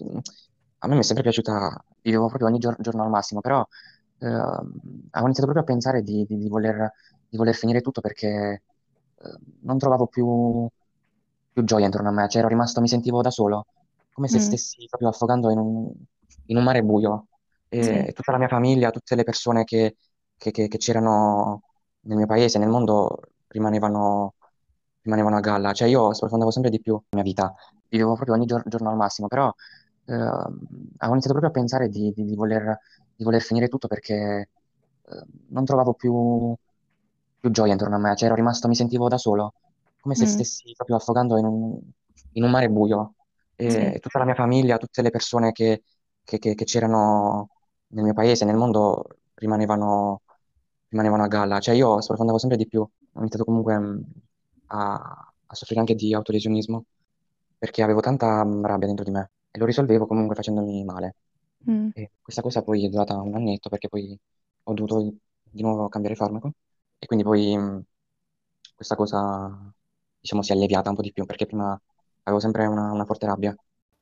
a me mi è sempre piaciuta, vivevo proprio ogni gior- giorno al massimo, però eh, avevo iniziato proprio a pensare di, di- di voler, di voler finire tutto perché eh, non trovavo più, più gioia intorno a me, cioè ero rimasto, mi sentivo da solo, come se Mm. stessi proprio affogando in un, in un mare buio. Sì. E tutta la mia famiglia, tutte le persone che, che- che- che c'erano nel mio paese, nel mondo, rimanevano, rimanevano a galla. Cioè io sprofondavo sempre di più la mia vita, vivevo proprio ogni gior- giorno al massimo, però eh, avevo iniziato proprio a pensare di, di- di voler, di voler finire tutto perché eh, non trovavo più, più gioia intorno a me, cioè ero rimasto, mi sentivo da solo, come se Mm. stessi proprio affogando in un, in un mare buio. Sì. E tutta la mia famiglia, tutte le persone che, che- che- che c'erano nel mio paese, nel mondo, rimanevano, rimanevano a galla. Cioè io sprofondavo sempre di più, ho iniziato comunque mh, a, a soffrire anche di autolesionismo, perché avevo tanta mh, rabbia dentro di me e lo risolvevo comunque facendomi male. Mm. E questa cosa poi è durata un annetto perché poi ho dovuto di nuovo cambiare farmaco e quindi poi mh, questa cosa, diciamo, si è alleviata un po' di più perché prima avevo sempre una, una forte rabbia.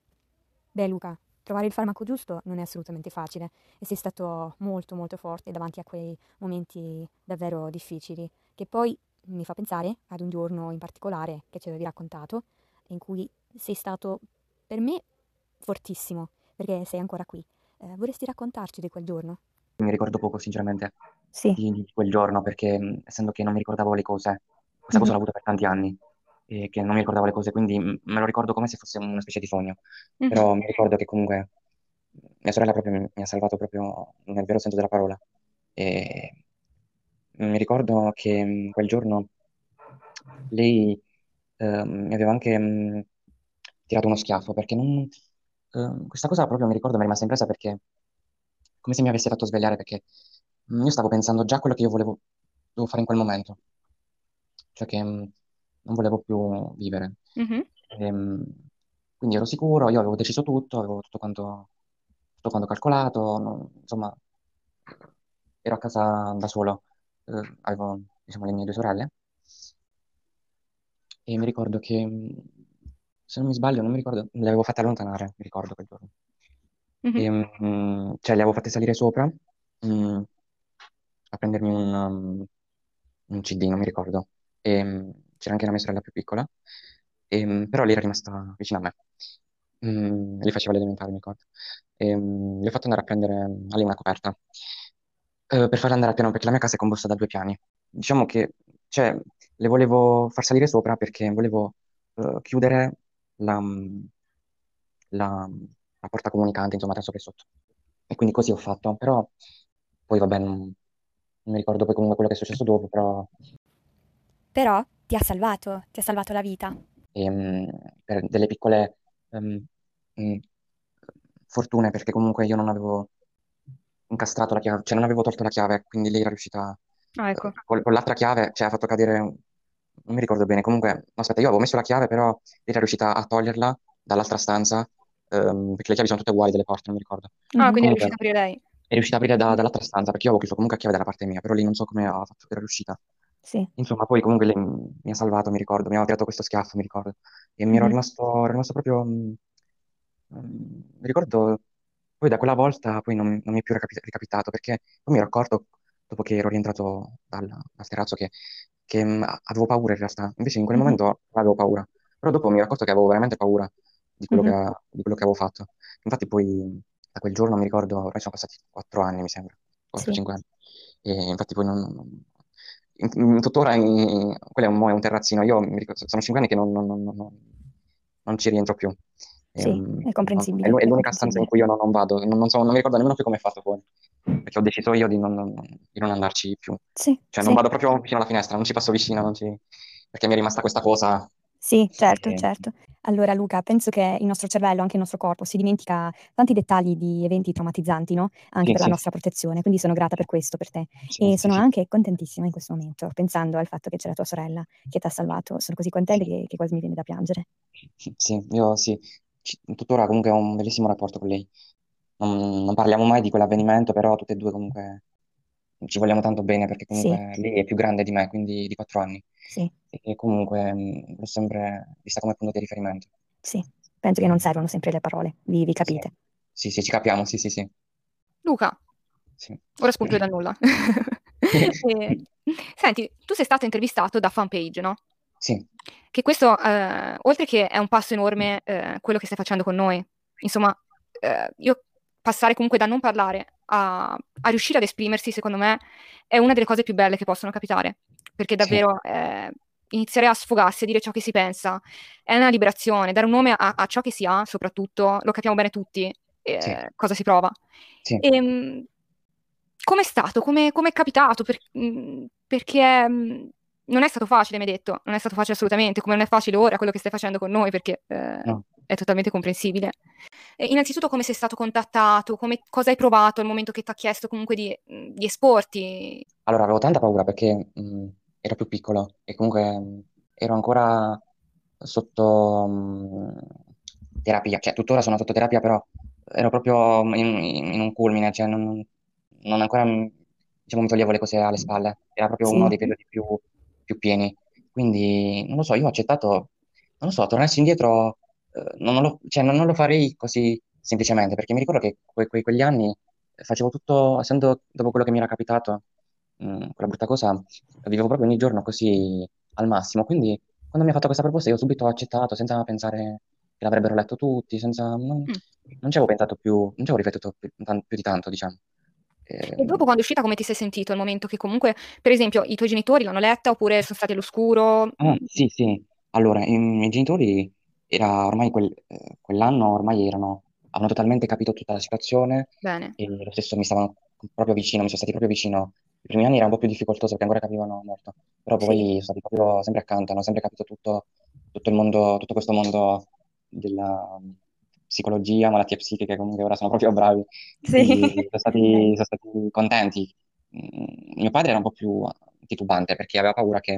Beh, Luca, trovare il farmaco giusto non è assolutamente facile e sei stato molto molto forte davanti a quei momenti davvero difficili, che poi mi fa pensare ad un giorno in particolare che ci avevi raccontato, in cui sei stato per me fortissimo, perché sei ancora qui. Eh, vorresti raccontarci di quel giorno? Mi ricordo poco, sinceramente, Sì. di, di quel giorno perché mh, essendo che non mi ricordavo le cose, questa cosa Mhm. l'ho avuta per tanti anni e che non mi ricordavo le cose, quindi mh, me lo ricordo come se fosse una specie di sogno. Mhm. Però mi ricordo che comunque mia sorella proprio mi, mi ha salvato proprio nel vero senso della parola. E mi ricordo che mh, quel giorno lei eh, mi aveva anche mh, tirato uno schiaffo perché non, eh, questa cosa proprio mi ricordo mi è rimasta impressa perché come se mi avesse fatto svegliare perché mh, io stavo pensando già a quello che io volevo, dovevo fare in quel momento, cioè che mh, non volevo più vivere. Mhm. E, mh, quindi ero sicuro, io avevo deciso tutto, avevo tutto quanto, tutto quanto calcolato, non- insomma, ero a casa da solo, eh, avevo, diciamo, le mie due sorelle e mi ricordo che, mh, se non mi sbaglio, non mi ricordo, le avevo fatte allontanare, mi ricordo quel giorno. Mhm. E, mh, cioè, le avevo fatte salire sopra, mh, a prendermi un, um, un C D, non mi ricordo. E, mh, c'era anche una mia sorella più piccola, e, mh, però lei era rimasta vicino a me. Mm, lei faceva l'elementare, mi ricordo. E, mh, le ho fatto andare a prendere mm, a lei una coperta, eh, per farla andare al piano, perché la mia casa è composta da due piani. Diciamo che, cioè, le volevo far salire sopra perché volevo eh, chiudere la, mm, la- la porta comunicante, insomma, tra sopra e sotto. E quindi così ho fatto, però poi vabbè, non, non mi ricordo poi comunque quello che è successo dopo, però Però ti ha salvato, ti ha salvato la vita. e, mh, per delle piccole ehm, mh, fortune, perché comunque io non avevo incastrato la chiave, cioè non avevo tolto la chiave, quindi lei era riuscita Ah, eh, ecco. con, con l'altra chiave, cioè ha fatto cadere, un- non mi ricordo bene, comunque, no, aspetta, io avevo messo la chiave, però lei era riuscita a toglierla dall'altra stanza, ehm, perché le chiavi sono tutte uguali delle porte, non mi ricordo. Ah, Mhm. quindi è Comunque riuscita a aprire lei. è riuscita a aprire da- dall'altra stanza, perché io avevo chiuso comunque a chiave dalla parte mia, però lei non so come ha fatto, era riuscita. Sì. Insomma, poi comunque lei m- mi ha salvato, mi ricordo, mi aveva tirato questo schiaffo, mi ricordo, e mi ero Mhm. rimasto, ero rimasto proprio, mh, mh, mi ricordo, poi da quella volta poi non, non mi è più recapi- ricapitato, perché poi mi ero accorto, dopo che ero rientrato dal, dal terrazzo, che, che, mh, avevo paura in realtà, invece in quel Mhm. momento non avevo paura, però dopo mi ero accorto che avevo veramente paura di quello che, Mhm. di quello che avevo fatto. Infatti poi da quel giorno mi ricordo, ormai sono passati quattro anni, mi sembra, Sì. quattro cinque anni. E infatti poi non, non- in- in- tuttora in- quello è un, mo- è un terrazzino. Io mi ricordo, sono cinque anni che non, non- non- non- non ci rientro più. Sì, Ehm, è non- è comprensibile, l'u- è è l'unica stanza in comprensibile. cui io non, non vado. Non, non so, non mi ricordo nemmeno più come è fatto fuori. Perché ho deciso io di non, non- di non andarci più. Sì, Cioè non sì. vado proprio vicino alla finestra, non ci passo vicino, non ci- perché mi è rimasta questa cosa. Sì, certo, E- certo. Allora Luca, penso che il nostro cervello, anche il nostro corpo, si dimentica tanti dettagli di eventi traumatizzanti, no? Anche Sì, per la sì, nostra protezione, quindi sono grata sì, per questo, per te. sì, E sì, sono sì, anche contentissima in questo momento, pensando al fatto che c'è la tua sorella che ti ha salvato. Sono così contenta sì. che, che quasi mi viene da piangere. Sì, io sì, ci- tuttora comunque ho un bellissimo rapporto con lei. Non, non parliamo mai di quell'avvenimento, però tutte e due comunque ci vogliamo tanto bene perché Sì, comunque lei è più grande di me, quindi di quattro anni. sì, E comunque mh, l'ho sempre vista come punto di riferimento. sì. Penso che non servono sempre le parole, vi, vi Sì, capite. sì, sì, ci capiamo, sì, sì, sì. Luca, Sì. ora spunto io dal nulla. E- Senti, tu sei stato intervistato da Fanpage, no? Sì, Che questo, eh, oltre che è un passo enorme, eh, quello che stai facendo con noi, insomma, eh, io passare comunque da non parlare a, a riuscire ad esprimersi, secondo me, è una delle cose più belle che possono capitare, perché sì, davvero eh, iniziare a sfogarsi, a dire ciò che si pensa, è una liberazione, dare un nome a, a ciò che si ha, soprattutto, lo capiamo bene tutti, sì, eh, cosa si prova. sì. Ehm, Com'è stato? Come come è capitato? Per- mh, perché mh, non è stato facile, mi hai detto, non è stato facile assolutamente, come non è facile ora quello che stai facendo con noi, perché eh, No. è totalmente comprensibile. E innanzitutto come sei stato contattato, come- cosa hai provato al momento che ti ha chiesto comunque di, mh, di esporti? Allora, avevo tanta paura perché mh, ero più piccolo e comunque mh, ero ancora sotto mh, terapia, cioè tuttora sono sotto terapia, però ero proprio in, in un culmine, cioè non, non ancora mh, diciamo, mi toglievo le cose alle spalle, era proprio uno Sì. dei periodi più, più pieni. Quindi, non lo so, io ho accettato, non lo so, tornassi indietro, eh, non, non lo, cioè, non- non lo farei così semplicemente, perché mi ricordo che que- que- quegli anni facevo tutto, essendo dopo quello che mi era capitato, mh, quella brutta cosa, vivevo proprio ogni giorno così al massimo. Quindi, quando mi ha fatto questa proposta, io subito ho accettato senza pensare che l'avrebbero letto tutti, senza, non, Mm. non ci avevo pensato più, non ci avevo riflettuto più, tan- più di tanto, diciamo. E Ehm, dopo quando è uscita come ti sei sentito? Al momento che comunque, per esempio, i tuoi genitori l'hanno letta oppure sono stati all'oscuro? ah, Mm, sì, sì. Allora, i miei genitori era ormai quel- eh, quell'anno ormai erano, avevano totalmente capito tutta la situazione bene, e lo stesso mi stavano proprio vicino, mi sono stati proprio vicino. I primi anni era un po' più difficoltoso perché ancora capivano molto, però sì, poi sono stati proprio sempre accanto, hanno sempre capito tutto, tutto il mondo, tutto questo mondo della mm, psicologia, malattie psichiche, comunque ora sono proprio bravi, Sì. quindi sono stati, Bello. sono stati contenti. Mm, Mio padre era un po' più titubante perché aveva paura che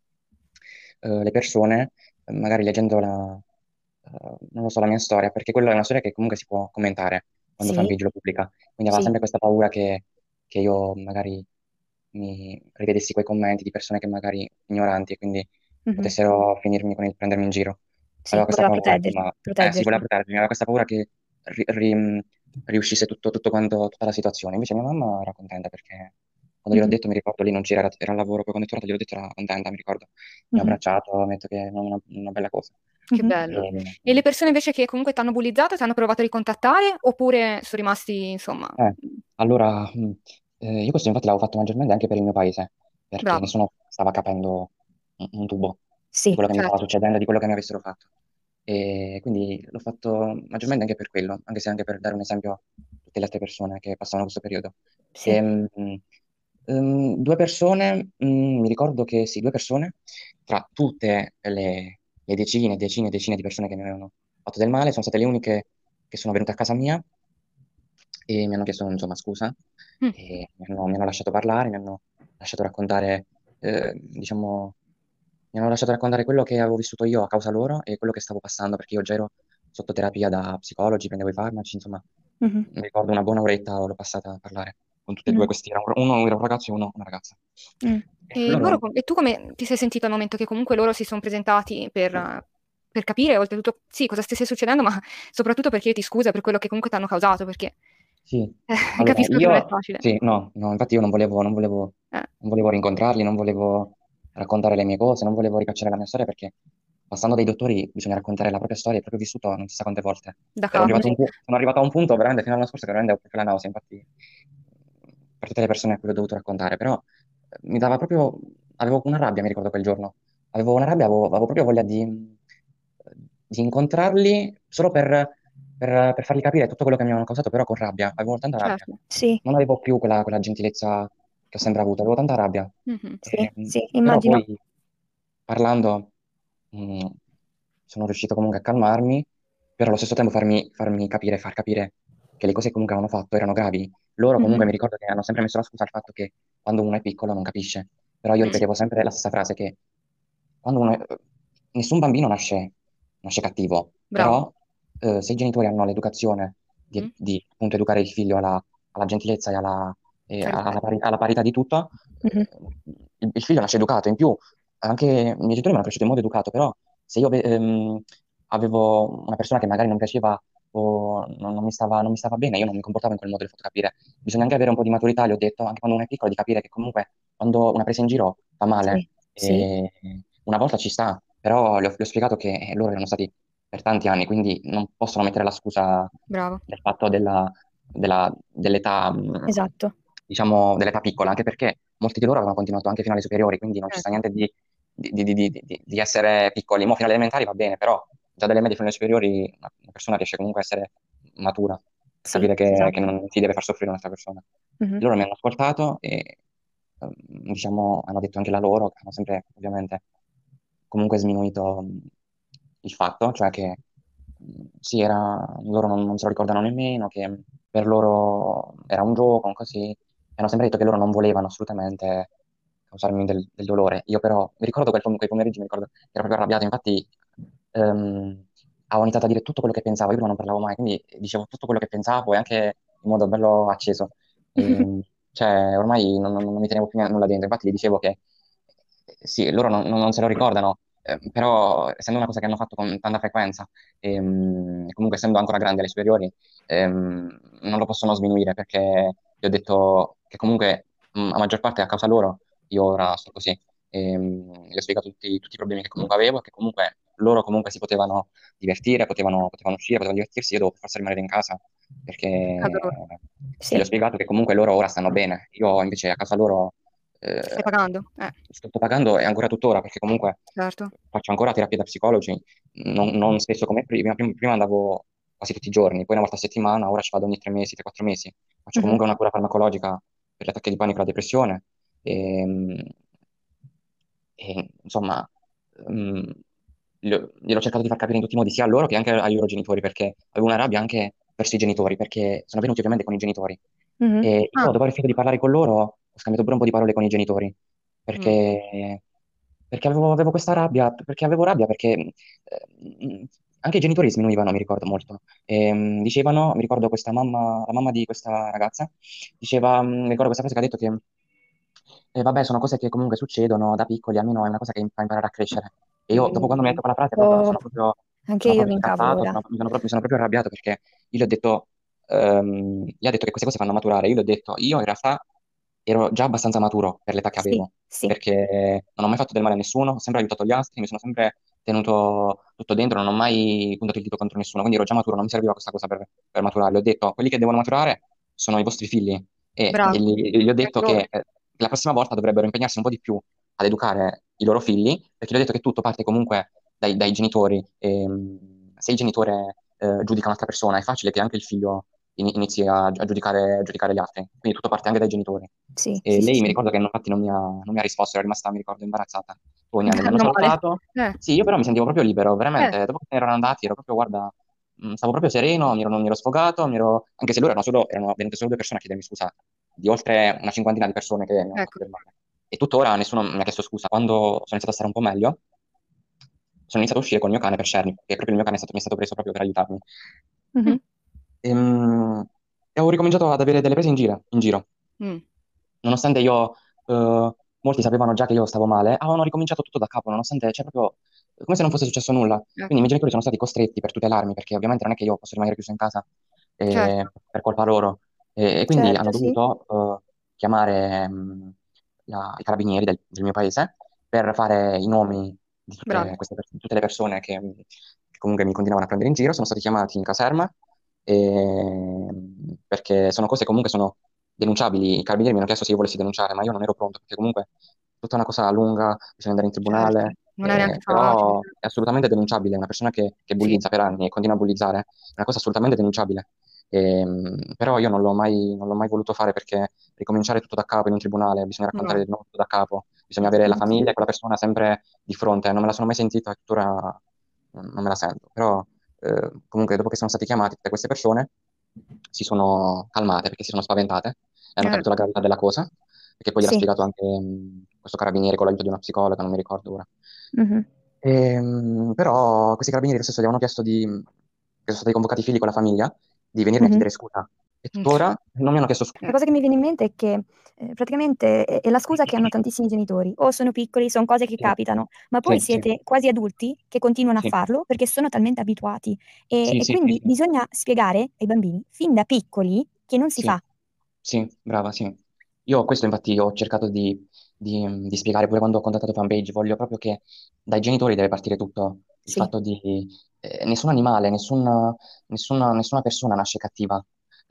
eh, le persone, eh, magari leggendo la, eh, non lo so, la mia storia, perché quella è una storia che comunque si può commentare quando Sì, Fanpage lo pubblica. Quindi aveva sì. sempre questa paura che, che io magari mi rivedessi quei commenti di persone che magari ignoranti e quindi Mhm. potessero finirmi con il prendermi in giro. Sì, Aveva questa voleva paura, proteggerti, insomma, eh sì, voleva proteggerti. proteggermi, aveva questa paura che ri- ri- riuscisse tutto, tutto quanto, tutta la situazione. Invece mia mamma era contenta perché quando gliel'ho Mhm. detto, mi ricordo, lì non c'era, era era al lavoro, poi quando è tornata gliel'ho detto, era contenta, mi ricordo. Mi ha Mhm. abbracciato, mi ha detto che è una, una bella cosa. che Mhm. bello. E, E le persone invece che comunque ti hanno bullizzato, ti hanno provato a ricontattare oppure sono rimasti, insomma, eh, allora, mh, eh, io questo infatti l'avevo fatto maggiormente anche per il mio paese, perché bravo? nessuno stava capendo un, un tubo di Sì, quello che mi stava Certo. succedendo, di quello che mi avessero fatto. E quindi l'ho fatto maggiormente anche per quello, anche se anche per dare un esempio a tutte le altre persone che passano questo periodo. sì. E, mh, ehm, due persone, mh, mi ricordo che sì, due persone, tra tutte le, le decine e decine e decine di persone che mi avevano fatto del male sono state le uniche che sono venute a casa mia e mi hanno chiesto, insomma, scusa, Mm. e mi hanno, mi hanno lasciato parlare, mi hanno lasciato raccontare, eh, diciamo, mi hanno lasciato raccontare quello che avevo vissuto io a causa loro e quello che stavo passando, perché io già ero sotto terapia da psicologi, prendevo i farmaci, insomma, Mhm, mi ricordo una buona oretta l'ho passata a parlare con tutti e due mhm, questi, era un- uno era un ragazzo e uno una ragazza. mm. E E, loro loro, com- e tu come ti sei sentito al momento che comunque loro si sono presentati per, eh, per capire, oltretutto, sì, cosa stesse succedendo, ma soprattutto per chiederti scusa per quello che comunque ti hanno causato, perché sì, eh, allora capisco che non è io, facile. sì, no, no, infatti io non volevo, non volevo, Eh, non volevo rincontrarli, non volevo raccontare le mie cose, non volevo ricacciare la mia storia perché passando dai dottori bisogna raccontare la propria storia, il proprio vissuto non si sa quante volte. da Ero capo, arrivato a sì. un pu- sono arrivato a un punto veramente fino all'anno scorso che veramente ho proprio la nausea, infatti, per tutte le persone a cui l'ho dovuto raccontare, però eh, mi dava proprio, avevo una rabbia, mi ricordo quel giorno, avevo una rabbia, avevo, avevo proprio voglia di, di incontrarli solo per, per, per fargli capire tutto quello che mi avevano causato, però con rabbia, avevo tanta rabbia. Certo. Sì, Non avevo più quella, quella gentilezza che ho sempre avuto, avevo tanta rabbia. Mhm. sì, Ehm, sì, però immagino. poi parlando mh, sono riuscito comunque a calmarmi, però allo stesso tempo farmi, farmi capire, far capire che le cose che comunque avevano fatto erano gravi. Loro comunque Mhm, mi ricordo che hanno sempre messo la scusa al fatto che quando uno è piccolo non capisce, però io Mm. ripetevo sempre la stessa frase che quando uno è- nessun bambino nasce, nasce cattivo, Bravo. però eh, se i genitori hanno l'educazione di, Mm. di, appunto educare il figlio alla, alla gentilezza e alla, e Al alla, rispetto. pari- alla parità di tutto, mhm, eh, il, il figlio nasce educato. In più, anche i miei genitori mi hanno cresciuto in modo educato, però se io ve- ehm, avevo una persona che magari non piaceva o non, non mi stava, non mi stava bene, io non mi comportavo in quel modo, le ho fatto capire. Bisogna anche avere un po' di maturità, gli ho detto, anche quando uno è piccolo, di capire che comunque quando una presa in giro fa male. sì, sì, E una volta ci sta, però le ho, le ho spiegato che loro erano stati per tanti anni, quindi non possono mettere la scusa Bravo. del fatto della- della- dell'età, mh, esatto. diciamo, dell'età piccola, anche perché molti di loro avevano continuato anche fino alle superiori, quindi non ci sta Certo. niente di, di- di- di- di- di essere piccoli. Mo' fino alle elementari va bene, però già dalle medie fino alle superiori una una persona riesce comunque a essere matura, per Sì, capire che, che esatto. non si deve far soffrire un'altra persona. Mhm, Loro mi hanno ascoltato e ehm, diciamo, hanno detto anche la loro, che hanno sempre ovviamente comunque sminuito mh, il fatto, cioè che mh, sì, era, loro non, non se lo ricordano nemmeno, che per loro era un gioco, un così, e hanno sempre detto che loro non volevano assolutamente causarmi del, del dolore. Io però mi ricordo quel, quei pomeriggi, mi ricordo che ero proprio arrabbiato, infatti ehm, ho iniziato a dire tutto quello che pensavo, io prima non parlavo mai, quindi dicevo tutto quello che pensavo e anche in modo bello acceso. E, cioè, ormai non, non- non mi tenevo più nulla dentro, infatti gli dicevo che eh, sì, loro non, non- non se lo ricordano, eh, però essendo una cosa che hanno fatto con tanta frequenza, ehm, e comunque essendo ancora grandi alle superiori, ehm, non lo possono sminuire perché gli ho detto che comunque mh, a maggior parte è a causa loro io ora sto così. Ehm, gli ho spiegato tutti, tutti i problemi che comunque avevo e che comunque loro comunque si potevano divertire, potevano, potevano uscire, potevano divertirsi, io dovevo per forza rimanere in casa perché A casa loro. e gli ho sì, spiegato che comunque loro ora stanno bene. Io invece a casa loro Ti stai eh, pagando? Eh, sto pagando e ancora tuttora perché comunque certo. faccio ancora terapia da psicologi, non, non spesso come prima, prima, prima andavo quasi tutti i giorni, poi una volta a settimana, ora ci vado ogni tre mesi, tre, quattro mesi. Faccio mhm, comunque una cura farmacologica per gli attacchi di panico e la depressione. E, e, insomma, mm, glielo gliel'ho cercato di far capire in tutti i modi, sia a loro che anche ai loro genitori, perché avevo una rabbia anche verso i genitori, perché sono venuti ovviamente con i genitori. mhm, E io, Ah, dopo aver finito di parlare con loro, ho scambiato pure un po' di parole con i genitori, mm, perché, perché avevo, avevo questa rabbia, perché avevo rabbia, perché eh, anche i genitori sminuivano, mi ricordo molto. E, mm, dicevano, mi ricordo questa mamma, la mamma di questa ragazza, diceva, mm, mi ricordo questa frase che ha detto che e vabbè, sono cose che comunque succedono da piccoli, almeno è una cosa che fa imparare a crescere. E io, dopo quando mi ha mm, detto quella frase, proprio, oh, sono proprio, anche sono io mi proprio incavolo scappato, ora. sono- mi sono proprio, mi sono proprio arrabbiato perché io gli ho detto, ehm, gli ha detto che queste cose fanno maturare. Io gli ho detto, io in realtà ero già abbastanza maturo per l'età che Sì, avevo, sì, perché non ho mai fatto del male a nessuno, ho sempre aiutato gli altri, mi sono sempre tenuto tutto dentro, non ho mai puntato il dito contro nessuno, quindi ero già maturo, non mi serviva questa cosa per, per maturare. Gli ho detto, quelli che devono maturare sono i vostri figli. E bravo. gli, gli ho detto Anche loro. che eh, la prossima volta dovrebbero impegnarsi un po' di più ad educare i loro figli, perché gli ho detto che tutto parte comunque dai, dai genitori. E, mh, se il genitore eh, giudica un'altra persona, è facile che anche il figlio in- inizi a, a giudicare, a giudicare gli altri. Quindi tutto parte anche dai genitori. sì, E sì, sì, lei mi sì. ricordo che infatti non mi ha, non mi ha risposto, era rimasta, mi ricordo, imbarazzata. Fogna, mi hanno Meno male. salutato. Eh, Sì, io però mi sentivo proprio libero, eh, veramente. Dopo che se ne erano andati, ero proprio, guarda, mh, stavo proprio sereno, mi ero, mi ero sfogato, mi ero... anche se loro erano solo, erano venute solo due persone a chiedermi scusa, di oltre una cinquantina di persone che mi hanno fatto ecco. del male. E tuttora nessuno mi ha chiesto scusa. Quando sono iniziato a stare un po' meglio, sono iniziato a uscire col mio cane per Sherry, perché proprio il mio cane è stato, mi è stato preso proprio per aiutarmi. Mm, Mhm. E, mh, e ho ricominciato ad avere delle prese in giro, in giro. mm, Nonostante io, eh, molti sapevano già che io stavo male, avevano ricominciato tutto da capo, nonostante, cioè proprio, come se non fosse successo nulla. Quindi i miei ecco. genitori sono stati costretti per tutelarmi, perché ovviamente non è che io posso rimanere chiuso in casa eh, Certo, per colpa loro. E, e quindi hanno Certo, sì. dovuto eh, chiamare mh, la- i carabinieri del, del mio paese per fare i nomi di tutte, bravi. queste pers- tutte le persone che, che comunque mi continuavano a prendere in giro. Sono stati chiamati in caserma e- perché sono cose che comunque sono denunciabili. I carabinieri mi hanno chiesto se io volessi denunciare, ma io non ero pronto, perché comunque è tutta una cosa lunga, bisogna andare in Certo, tribunale, non è neanche eh, facile. però è assolutamente denunciabile. Una persona che, che Sì, bullizza per anni e continua a bullizzare è una cosa assolutamente denunciabile. Ehm, però io non l'ho mai, non l'ho mai voluto fare perché ricominciare tutto da capo in un tribunale, bisogna raccontare no, di nuovo tutto da capo, bisogna avere la Mhm. famiglia e quella persona sempre di fronte. Non me la sono mai sentita e tuttora non non me la sento. Però eh, comunque dopo che sono stati chiamati tutte queste persone si sono calmate perché si sono spaventate e hanno eh, capito la gravità della cosa, perché poi gliel'ha Sì. spiegato anche mh, questo carabiniere con l'aiuto di una psicologa, non mi ricordo ora. Mhm. Ehm, però questi carabinieri lo stesso gli avevano chiesto di, che sono stati convocati i figli con la famiglia, di venirmi a Mhm. chiedere scusa. E mm, sì, tuttora non mi hanno chiesto scusa. La eh, cosa che mi viene in mente è che eh, praticamente è, è la scusa che hanno tantissimi genitori. O sono piccoli, sono cose che Sì, capitano, ma poi sì, sì, siete quasi adulti che continuano a sì, farlo perché sono talmente abituati. E, sì, e sì, sì, quindi sì, bisogna spiegare ai bambini, fin da piccoli, che non si sì, fa. sì, brava, sì. Io questo infatti ho cercato di, di- di spiegare pure quando ho contattato Fanpage, voglio proprio che dai genitori deve partire tutto, il Sì, fatto di eh, nessun animale, nessuna, nessuna, nessuna persona nasce cattiva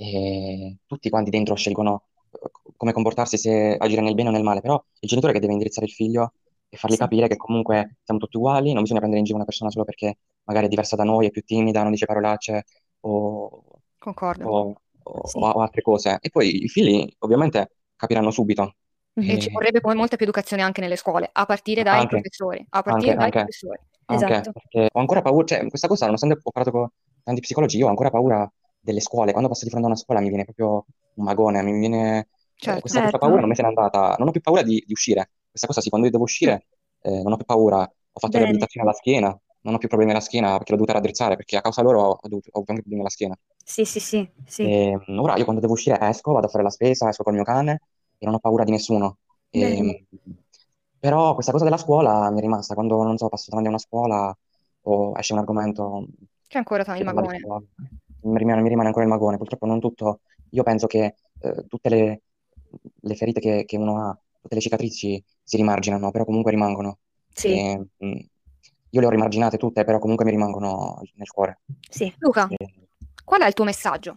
e tutti quanti dentro scelgono eh, come comportarsi, se agire nel bene o nel male, però il genitore che deve indirizzare il figlio e fargli sì, capire che comunque siamo tutti uguali, non bisogna prendere in giro una persona solo perché magari è diversa da noi, è più timida, non dice parolacce o concordo. o, o- sì. o altre cose. E poi i figli ovviamente capiranno subito. E ci E vorrebbe poi molta più educazione anche nelle scuole, a partire dai anche, professori, a anche, partire dai anche, professori. anche, Esatto. perché ho ancora paura, cioè questa cosa, nonostante ho parlato con tanti psicologi, io ho ancora paura delle scuole. Quando passo di fronte a una scuola mi viene proprio un magone, mi viene eh, Certo. questa, questa Certo. paura non mi se n'è andata, non ho più paura di, di uscire. Questa cosa sì, quando io devo Mm, uscire eh, non ho più paura. Ho fatto Bene. riabilitazione alla schiena, non ho più problemi alla schiena perché l'ho dovuta raddrizzare, perché a causa loro ho, dovuto, ho avuto anche problemi alla schiena. Sì, sì, sì, sì. E, mm, ora io quando devo uscire esco, vado a fare la spesa, esco col mio cane e non ho paura di nessuno. E, Bene. mm, però questa cosa della scuola mi è rimasta quando, non so, passo davanti a una scuola o esce un argomento, c'è ancora ta- il si parla di magone. scuola, mi rimane, mi rimane ancora il magone. Purtroppo non tutto, io penso che eh, tutte le, le ferite che, che uno ha, tutte le cicatrici si rimarginano, però comunque rimangono. Sì, E, mm, io le ho rimarginate tutte, però comunque mi rimangono nel cuore. sì. Luca, E, qual è il tuo messaggio?